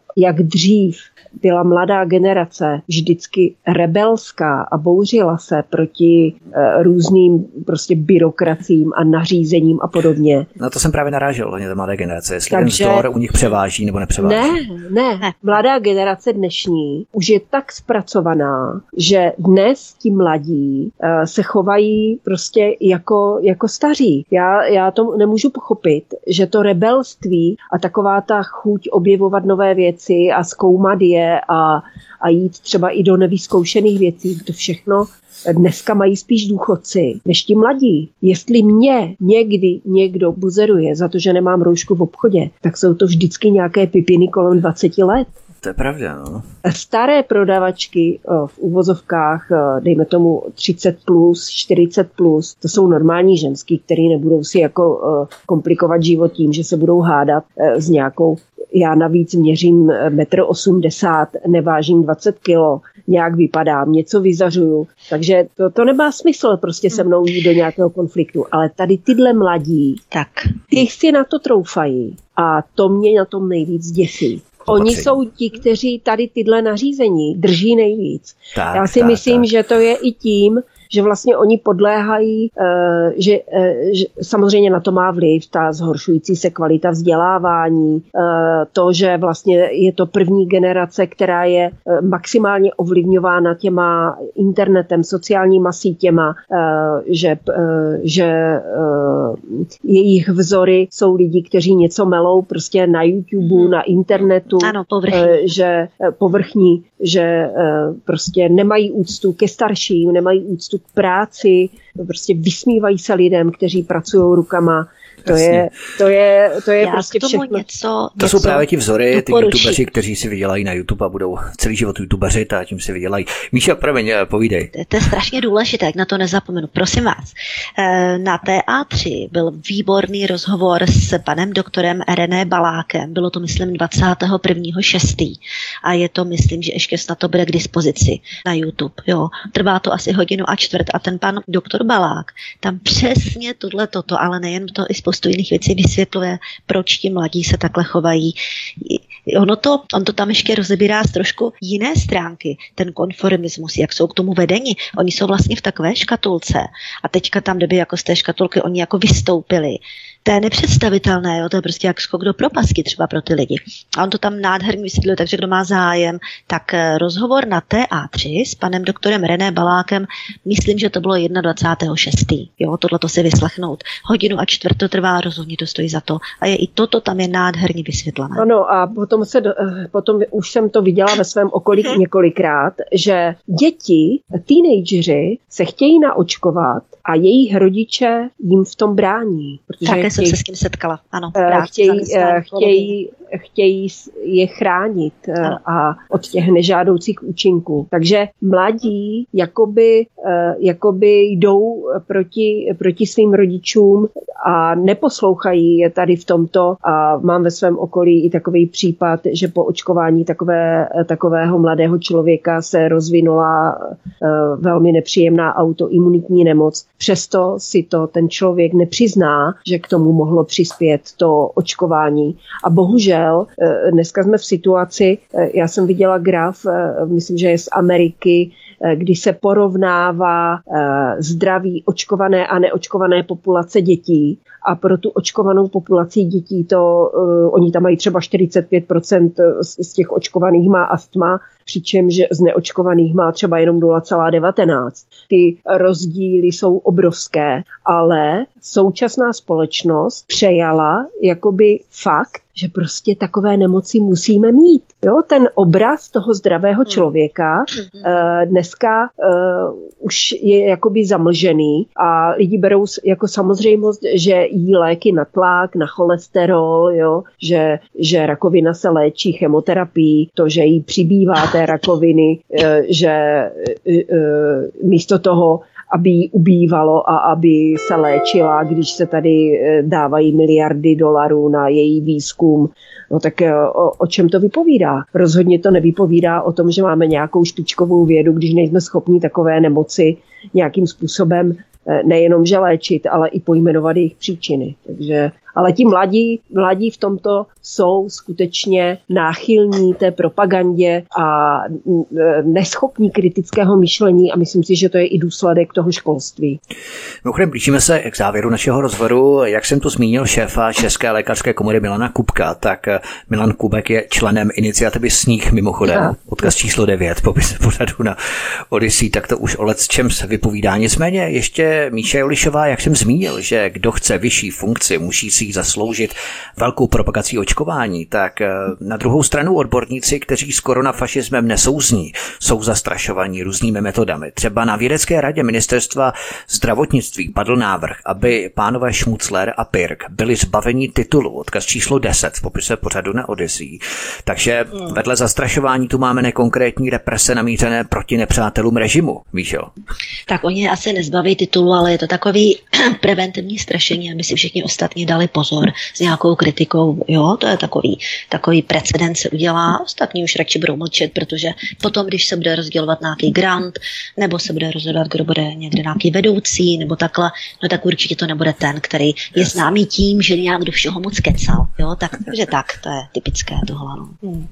jak dřív byla mladá generace vždycky rebelská a bouřila se proti uh, různým prostě byrokracím a nařízením a podobně. Na to jsem právě narážel, hlavně ta mladé generace, jestli Takže, ten vzdor u nich převáží nebo nepřeváží. Ne, ne. Mladá generace dnešní už je tak zpracovaná, že dnes ti mladí uh, se chovají prostě jako, jako staří. Já, já to nemůžu pochopit, že to rebelství a taková ta chuť objevovat nové věci a zkoumat je a, a jít třeba i do nevyzkoušených věcí, to všechno dneska mají spíš důchodci než ti mladí. Jestli mě někdy někdo buzeruje za to, že nemám roušku v obchodě, tak jsou to vždycky nějaké pipiny kolem dvacet let. To je pravda, no. Staré prodavačky v uvozovkách, dejme tomu třicet plus, čtyřicet plus, to jsou normální ženský, který nebudou si jako komplikovat život tím, že se budou hádat s nějakou. Já navíc měřím metr osmdesát, nevážím dvacet kilo, nějak vypadám, něco vyzařuju, takže to, to nemá smysl prostě se mnou jít do nějakého konfliktu, ale tady tyhle mladí, tak ty si na to troufají a to mě na tom nejvíc děsí. Oni jsou ti, kteří tady tyhle nařízení drží nejvíc. Tak, Já si tak, myslím, tak. že to je i tím, že vlastně oni podléhají, že, že samozřejmě na to má vliv ta zhoršující se kvalita vzdělávání, to, že vlastně je to první generace, která je maximálně ovlivňována těma internetem, sociálníma sítěma, že, že jejich vzory jsou lidi, kteří něco melou prostě na YouTube, na internetu, ano, povrchní. že povrchní, že prostě nemají úctu ke starším, nemají úctu k práci, prostě vysmívají se lidem, kteří pracují rukama. To je, to je, to je Já prostě k tomu všechno. Něco, to něco jsou právě ti vzory, ty doporučí. youtubeři, kteří si vydělají na YouTube a budou celý život youtubeřit a tím si vydělají. Míša, promiň, povídej. To, to je strašně důležité, jak na to nezapomenu. Prosím vás, na T A tři byl výborný rozhovor s panem doktorem René Balákem. Bylo to, myslím, dvacátého prvního šestého A je to, myslím, že ještě snad to bude k dispozici na YouTube. Jo. Trvá to asi hodinu a čtvrt a ten pan doktor Balák tam přesně tohle toto, ale nejen to, i spoustu jiných věcí vysvětluje, proč ti mladí se takhle chovají. Ono to, on to tam ještě rozebírá z trošku jiné stránky, ten konformismus, jak jsou k tomu vedeni. Oni jsou vlastně v takové škatulce a teďka tam, kdyby jako z té škatulky oni jako vystoupili. To je nepředstavitelné, jo? To je prostě jak skok do propasti třeba pro ty lidi. A on to tam nádherně vysvětlil, takže kdo má zájem, tak rozhovor na T A tři s panem doktorem René Balákem, myslím, že to bylo dvacátého prvního šestého Jo, tohle to si vyslechnout. Hodinu a čtvrt to trvá, rozhodně to stojí za to. A je i toto tam je nádherně vysvětlené. Ano, a potom, se, potom už jsem to viděla ve svém okolí několikrát, že děti, teenageři se chtějí naočkovat a jejich rodiče jim v tom brání. Také jsem se s tím setkala, ano. Chtějí, chtějí, chtějí je chránit ano. a od těch nežádoucích účinků. Takže mladí jakoby, jakoby jdou proti, proti svým rodičům a neposlouchají je tady v tomto. A mám ve svém okolí i takový případ, že po očkování takové, takového mladého člověka se rozvinula velmi nepříjemná autoimunitní nemoc. Přesto si to ten člověk nepřizná, že k tomu mohlo přispět to očkování. A bohužel dneska jsme v situaci, já jsem viděla graf, myslím, že je z Ameriky, kdy se porovnává zdraví očkované a neočkované populace dětí. A pro tu očkovanou populaci dětí to, uh, oni tam mají třeba čtyřicet pět procent z, z těch očkovaných má astma, přičemž z neočkovaných má třeba jenom nula celá devatenáct. Ty rozdíly jsou obrovské, ale současná společnost přejala jakoby fakt, že prostě takové nemoci musíme mít. Jo, ten obraz toho zdravého člověka uh, dneska uh, už je jakoby zamlžený a lidi berou jako samozřejmost, že jí léky na tlak, na cholesterol, jo, že, že rakovina se léčí chemoterapií, to, že jí přibývá té rakoviny, uh, že uh, uh, místo toho, aby jí ubývalo a aby se léčila, když se tady dávají miliardy dolarů na její výzkum. No tak o, o čem to vypovídá? Rozhodně to nevypovídá o tom, že máme nějakou špičkovou vědu, když nejsme schopni takové nemoci nějakým způsobem nejenom že léčit, ale i pojmenovat jejich příčiny. Takže Ale ti mladí, mladí v tomto jsou skutečně náchylní té propagandě a neschopní kritického myšlení a myslím si, že to je i důsledek toho školství. Mimochodem, blížíme se k závěru našeho rozhovoru. Jak jsem to zmínil šéfa České lékařské komory Milana Kubka, tak Milan Kubek je členem iniciativy Sníh mimochodem. No. Odkaz číslo devět, popis pořadu na Odyssey, tak to už o lecčem se vypovídá. Nicméně ještě Míša Julišová, jak jsem zmínil, že kdo chce vyšší funkci, musí si ji zasloužit velkou propagací očkování, tak na druhou stranu odborníci, kteří s koronafašismem nesouzní, jsou zastrašovaní různými metodami. Třeba na vědecké radě ministerstva zdravotnictví padl návrh, aby pánové Šmucler a Pirk byli zbaveni titulu, odkaz číslo deset v popise pořadu na Odyssey. Takže vedle zastrašování tu máme nekonkrétní represe namířené proti nepřátelům režimu. Víš jo? Tak oni asi nezbaví titulu, ale je to takový preventivní strašení, aby si všichni ostatní dali pozor s nějakou kritikou. Jo, to je takový, takový precedent se udělá. Ostatní už radši budou mlčet, protože potom, když se bude rozdělovat nějaký grant, nebo se bude rozhodovat, kdo bude někde nějaký vedoucí, nebo takhle, no tak určitě to nebude ten, který je známý tím, že nějak do všeho moc kecal. Jo, tak, takže tak, to je typické tohle. No. Hmm.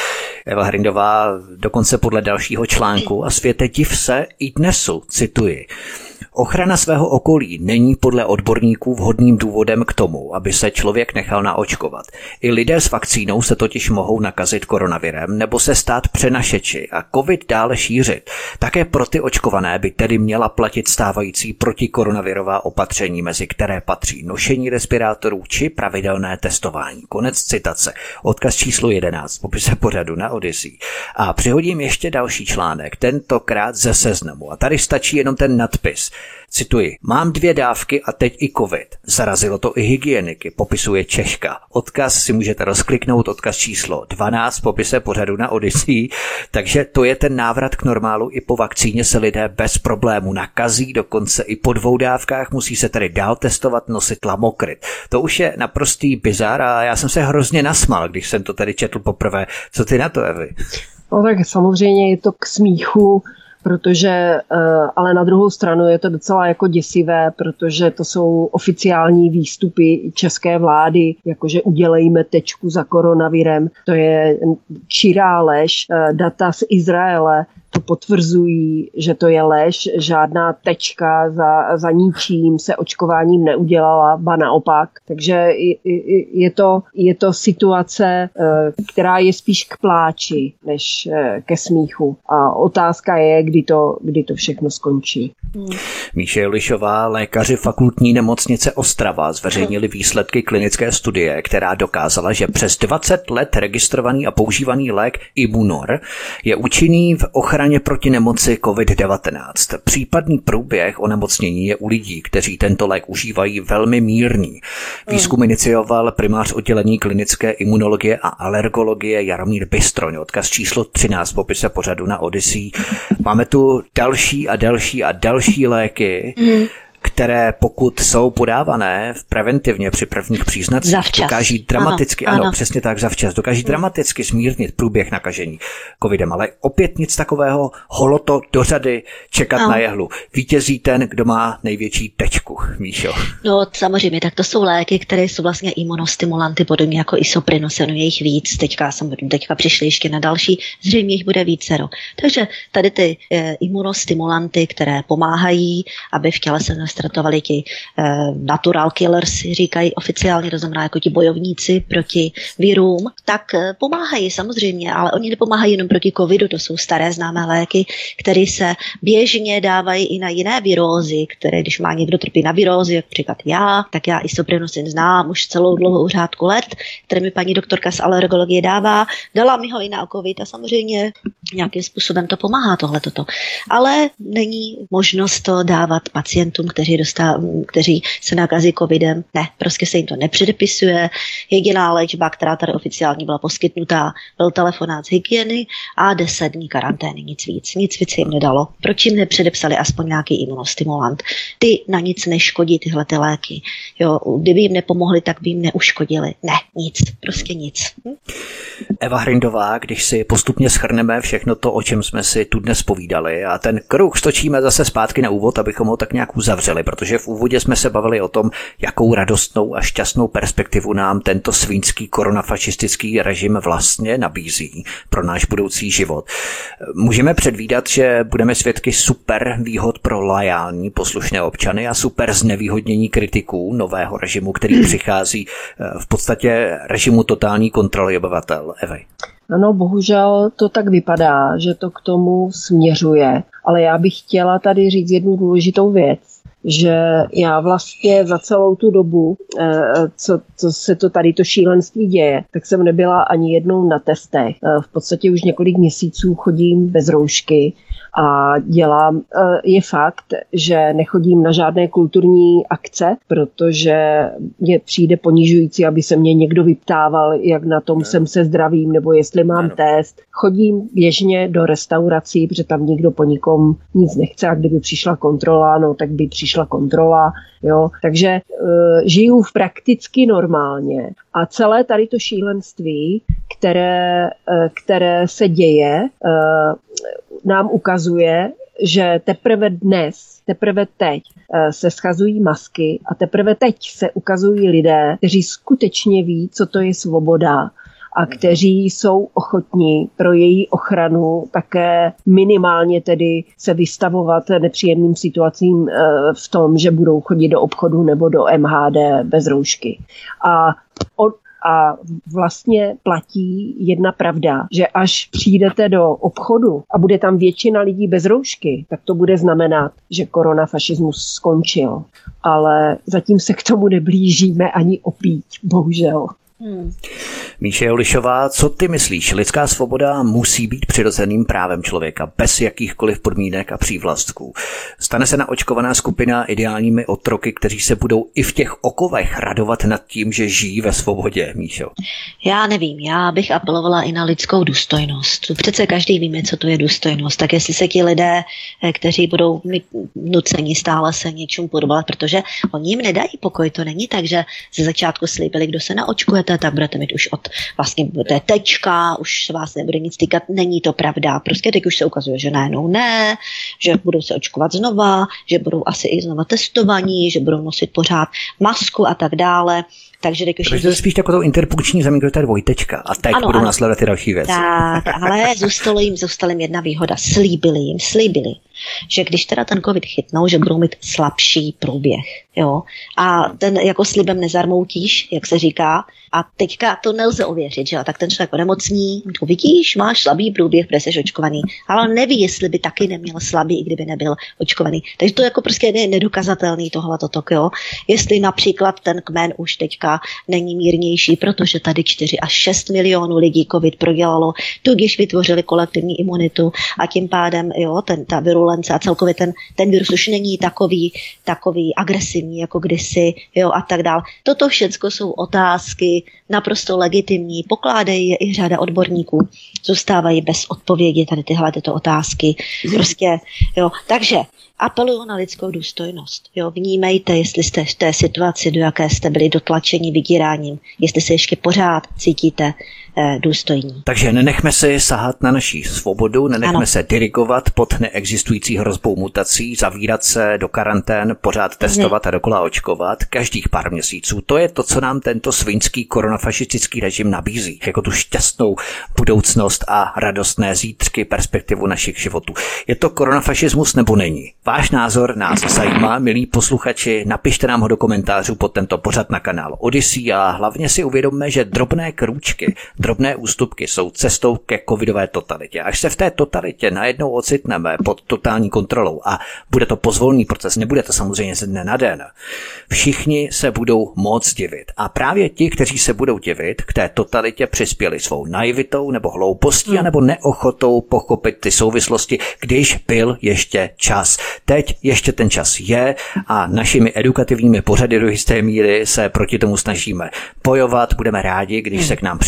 Eva Hrindová dokonce podle dalšího článku a světe div se i dnesu, cituji. Ochrana svého okolí není podle odborníků vhodným důvodem k tomu, aby se člověk nechal naočkovat. I lidé s vakcínou se totiž mohou nakazit koronavirem nebo se stát přenašeči a covid dále šířit. Také pro ty očkované by tedy měla platit stávající protikoronavirová opatření, mezi které patří nošení respirátorů či pravidelné testování. Konec citace. Odkaz číslo jedenáct, popise pořadu na Odyssey. A přihodím ještě další článek, tentokrát ze Seznamu. A tady stačí jenom ten nadpis. Cituji, mám dvě dávky a teď i covid. Zarazilo to i hygieniky, popisuje Češka. Odkaz si můžete rozkliknout, odkaz číslo dvanáct, popise pořadu na Odyssey. Takže to je ten návrat k normálu, i po vakcíně se lidé bez problému nakazí, dokonce i po dvou dávkách musí se tady dál testovat, nosit tlamokryt. To už je naprostý bizar a já jsem se hrozně nasmal, když jsem to tady četl poprvé. Co ty na to, Evi? No tak samozřejmě je to k smíchu, protože, ale na druhou stranu je to docela jako děsivé, protože to jsou oficiální výstupy české vlády, jakože udělejme tečku za koronavirem. To je čirá lež, data z Izraele to potvrzují, že to je lež, žádná tečka za, za ničím se očkováním neudělala, ba naopak. Takže je to, je to situace, která je spíš k pláči, než ke smíchu. A otázka je, kdy to, kdy to všechno skončí. Hmm. Míša Julišová, lékaři fakultní nemocnice Ostrava zveřejnili výsledky klinické studie, která dokázala, že přes dvacet let registrovaný a používaný lék Imunor je účinný v ochraně proti nemoci covid devatenáct. Případný průběh onemocnění je u lidí, kteří tento lék užívají, velmi mírný. Výzkum inicioval primář oddělení klinické imunologie a alergologie Jaromír Bystroň, odkaz číslo třináct v popise pořadu na Odyssey. Máme tu další a další a další léky, mm. které pokud jsou podávané preventivně při prvních příznacích, zavčas. dokáží dramaticky, ano, ano, ano, přesně tak, zavčas, dokáží hmm. dramaticky zmírnit průběh nakažení covidem, ale opět nic takového, holo to do řady čekat ano. na jehlu. Vítězí ten, kdo má největší tečku, Míšo. No samozřejmě, tak to jsou léky, které jsou vlastně imunostimulanty, podobně jako Isoprinosinu, je jich víc, teďka, jsem, teďka přišli ještě na další, zřejmě jich bude vícero. Takže tady ty e, imunostimulanty, které pomáhají, aby v těle se startovali ti eh, natural killers, říkají oficiálně, to znamená jako ti bojovníci proti virům, tak eh, pomáhají samozřejmě, ale oni nepomáhají jenom proti covidu, to jsou staré známé léky, které se běžně dávají i na jiné virózy, které když má někdo trpí na virózy, jak příklad já, tak já Isoprinosin znám už celou dlouhou řádku let, které mi paní doktorka z alergologie dává, dala mi ho i na covid a samozřejmě nějakým způsobem to pomáhá tohletoto. Ale není možnost to dávat pacientům, kteří, dostá, kteří se nakazí covidem. Ne, prostě se jim to nepředepisuje. Jediná léčba, která tady oficiálně byla poskytnutá, byl telefonát z hygieny a deset dní karantény, nic víc. Nic víc jim nedalo. Proč jim nepředepsali aspoň nějaký imunostimulant? Ty na nic neškodí, tyhle ty léky. Jo, kdyby jim nepomohli, tak by jim neuškodili. Ne, nic, prostě nic. Hm? Eva Hrindová, když si postupně shrneme všechno to, o čem jsme si tu dnes povídali a ten kruh stočíme zase zpátky na úvod, abychom ho tak nějak uzavřeli, protože v úvodě jsme se bavili o tom, jakou radostnou a šťastnou perspektivu nám tento svínský koronafašistický režim vlastně nabízí pro náš budoucí život. Můžeme předvídat, že budeme svědky super výhod pro loajální poslušné občany a super znevýhodnění kritiků nového režimu, který přichází v podstatě režimu totální kontroly obyvatel. Evy. Ano, bohužel to tak vypadá, že to k tomu směřuje, ale já bych chtěla tady říct jednu důležitou věc, že já vlastně za celou tu dobu, co, co se to tady to šílenství děje, tak jsem nebyla ani jednou na testech. V podstatě už několik měsíců chodím bez roušky a dělám, je fakt, že nechodím na žádné kulturní akce, protože mně přijde ponižující, aby se mě někdo vyptával, jak na tom ne. jsem se zdravím, nebo jestli mám ne. test. Chodím běžně do restaurací, protože tam nikdo po nikom nic nechce a kdyby přišla kontrola, no tak by přišla kontrola, jo. Takže e, žiju v prakticky normálně a celé tady to šílenství, které, e, které se děje, e, nám ukazuje, že teprve dnes, teprve teď se schazují masky a teprve teď se ukazují lidé, kteří skutečně ví, co to je svoboda a kteří jsou ochotní pro její ochranu také minimálně tedy se vystavovat nepříjemným situacím v tom, že budou chodit do obchodu nebo do M H D bez roušky. A od A vlastně platí jedna pravda, že až přijdete do obchodu a bude tam většina lidí bez roušky, tak to bude znamenat, že koronafašismus skončil. Ale zatím se k tomu neblížíme ani opít, bohužel. Hmm. Míše Jolišová, co ty myslíš? Lidská svoboda musí být přirozeným právem člověka, bez jakýchkoliv podmínek a přívlastků. Stane se naočkovaná skupina ideálními otroky, kteří se budou i v těch okovech radovat nad tím, že žijí ve svobodě, Míšo? Já nevím, já bych apelovala i na lidskou důstojnost. Přece každý víme, co to je důstojnost. Tak jestli se ti lidé, kteří budou nuceni stále se něčemu podobat, protože oni jim nedají pokoj, to není tak, že ze začátku slíbili, kdo se naočkuje, tak budete mít už od vlastně té tečka, už se vás nebude nic týkat, není to pravda. Prostě teď už se ukazuje, že najednou ne, že budou se očkovat znova, že budou asi i znova testovaní, že budou nosit pořád masku a tak dále. Takže teď už Takže to je spíš takovou interpunkční zamínku, to je dvojtečka a teď ano, budou ano. následovat ty další věci. Tak, ale zůstalo jim, zůstala jim jedna výhoda. Slíbili jim, slíbili, že když teda ten covid chytnou, že budou mít slabší průběh. Jo? A ten jako slibem nezarmoutíš, jak se říká, a teďka to nelze ověřit, že jo? Tak ten člověk onemocní, to vidíš, máš slabý průběh, protože jsi očkovaný, ale neví, jestli by taky neměl slabý, i kdyby nebyl očkovaný. Takže to jako prostě je nedokazatelný tohle toto, jo? Jestli například ten kmen už teďka není mírnější, protože tady čtyři až šest milionů lidí covid prodělalo, tudíž vytvořili kolektivní imunitu a tím pádem, jo, ten, ta virulence a celkově ten, ten virus už není takový, takový agresivní, jako kdysi, jo, a tak dál. Toto všecko jsou otázky naprosto legitimní, pokládají je i řada odborníků, zůstávají bez odpovědi tady tyhle tyto otázky. Prostě, jo, takže apeluju na lidskou důstojnost. Jo, vnímejte, jestli jste v té situaci, do jaké jste byli dotlačeni vydíráním, jestli se ještě pořád cítíte eh, důstojní. Takže nenechme si sahat na naší svobodu, nenechme ano. se dirigovat pod neexistující hrozbou mutací, zavírat se do karantén, pořád testovat ne. a dokola očkovat každých pár měsíců. To je to, co nám tento svínský koronafašistický režim nabízí, jako tu šťastnou budoucnost a radostné zítřky, perspektivu našich životů. Je to koronafašismus nebo není? Váš názor nás zajímá, milí posluchači, napište nám ho do komentářů pod tento pořad na kanálu Odyssey a hlavně si uvědomme, že drobné krůčky, drobné ústupky jsou cestou ke covidové totalitě. Až se v té totalitě najednou ocitneme pod totální kontrolou a bude to pozvolný proces, nebude to samozřejmě ze dne na den, všichni se budou moc divit. A právě ti, kteří se budou divit, k té totalitě přispěli svou naivitou nebo hloupostí hmm. anebo neochotou pochopit ty souvislosti, když byl ještě čas. Teď ještě ten čas je a našimi edukativními pořady do jisté míry se proti tomu snažíme bojovat. Budeme rádi, když se k nám přidáte,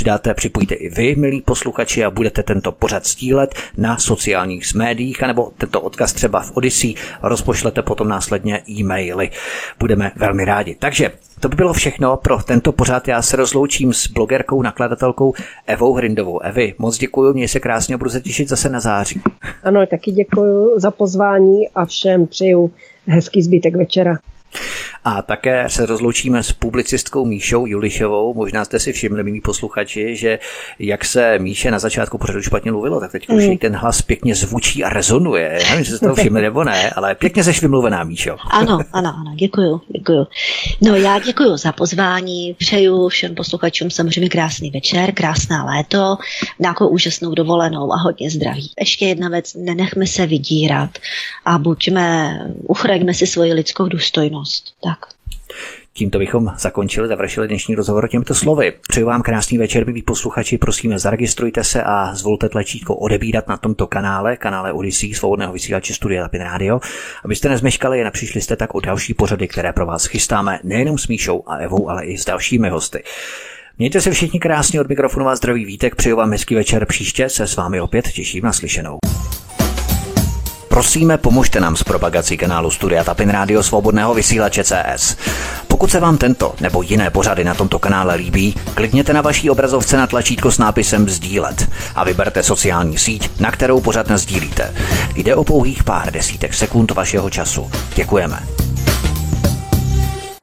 připojte i vy, milí posluchači, a budete tento pořad sdílet na sociálních médiích, anebo tento odkaz třeba v Odyssey rozpošlete potom následně e-maily. Budeme velmi rádi. Takže to by bylo všechno pro tento pořad. Já se rozloučím s blogerkou, nakladatelkou Evou Hrindovou. Evi, moc děkuju, měj se krásně a budu se těšit zase na září. Ano, taky děkuju za pozvání a všem přeju hezký zbytek večera. A také se rozloučíme s publicistkou Míšou Julišovou. Možná jste si všimli, milí posluchači, že jak se Míše na začátku pořadu špatně mluvilo, tak teď mm. už ten hlas pěkně zvučí a rezonuje. Já nevím, že jste to všimli nebo ne, ale pěkně seš vymluvená, Míšo. Ano, ano, ano, děkuju, děkuju. No já děkuju za pozvání, přeju všem posluchačům samozřejmě krásný večer, krásná léto, nějakou úžasnou dovolenou a hodně zdraví. Ještě jedna věc, nenechme se vydírat a buďme, uchraňme si svoji lidskou důstojnost. Tak. Tímto bychom zakončili, završili dnešní rozhovor těmito slovy. Přeju vám krásný večer, milí posluchači, prosím, zaregistrujte se a zvolte tlačítko odebírat na tomto kanále, kanále Odyssey, svobodného vysílače Studia Tapin Radio, abyste nezmeškali a nepřišli jste tak o další pořady, které pro vás chystáme nejenom s Míšou a Evou, ale i s dalšími hosty. Mějte se všichni krásně, od mikrofonu vás zdraví Vítek, přeju vám hezký večer, příště se s vámi opět těším na slyšenou. Prosíme, pomožte nám s propagací kanálu Studia Tapin Radio svobodného vysílače C S. Pokud se vám tento nebo jiné pořady na tomto kanále líbí, klikněte na vaší obrazovce na tlačítko s nápisem sdílet a vyberte sociální síť, na kterou pořad nasdílíte. Jde o pouhých pár desítek sekund vašeho času. Děkujeme.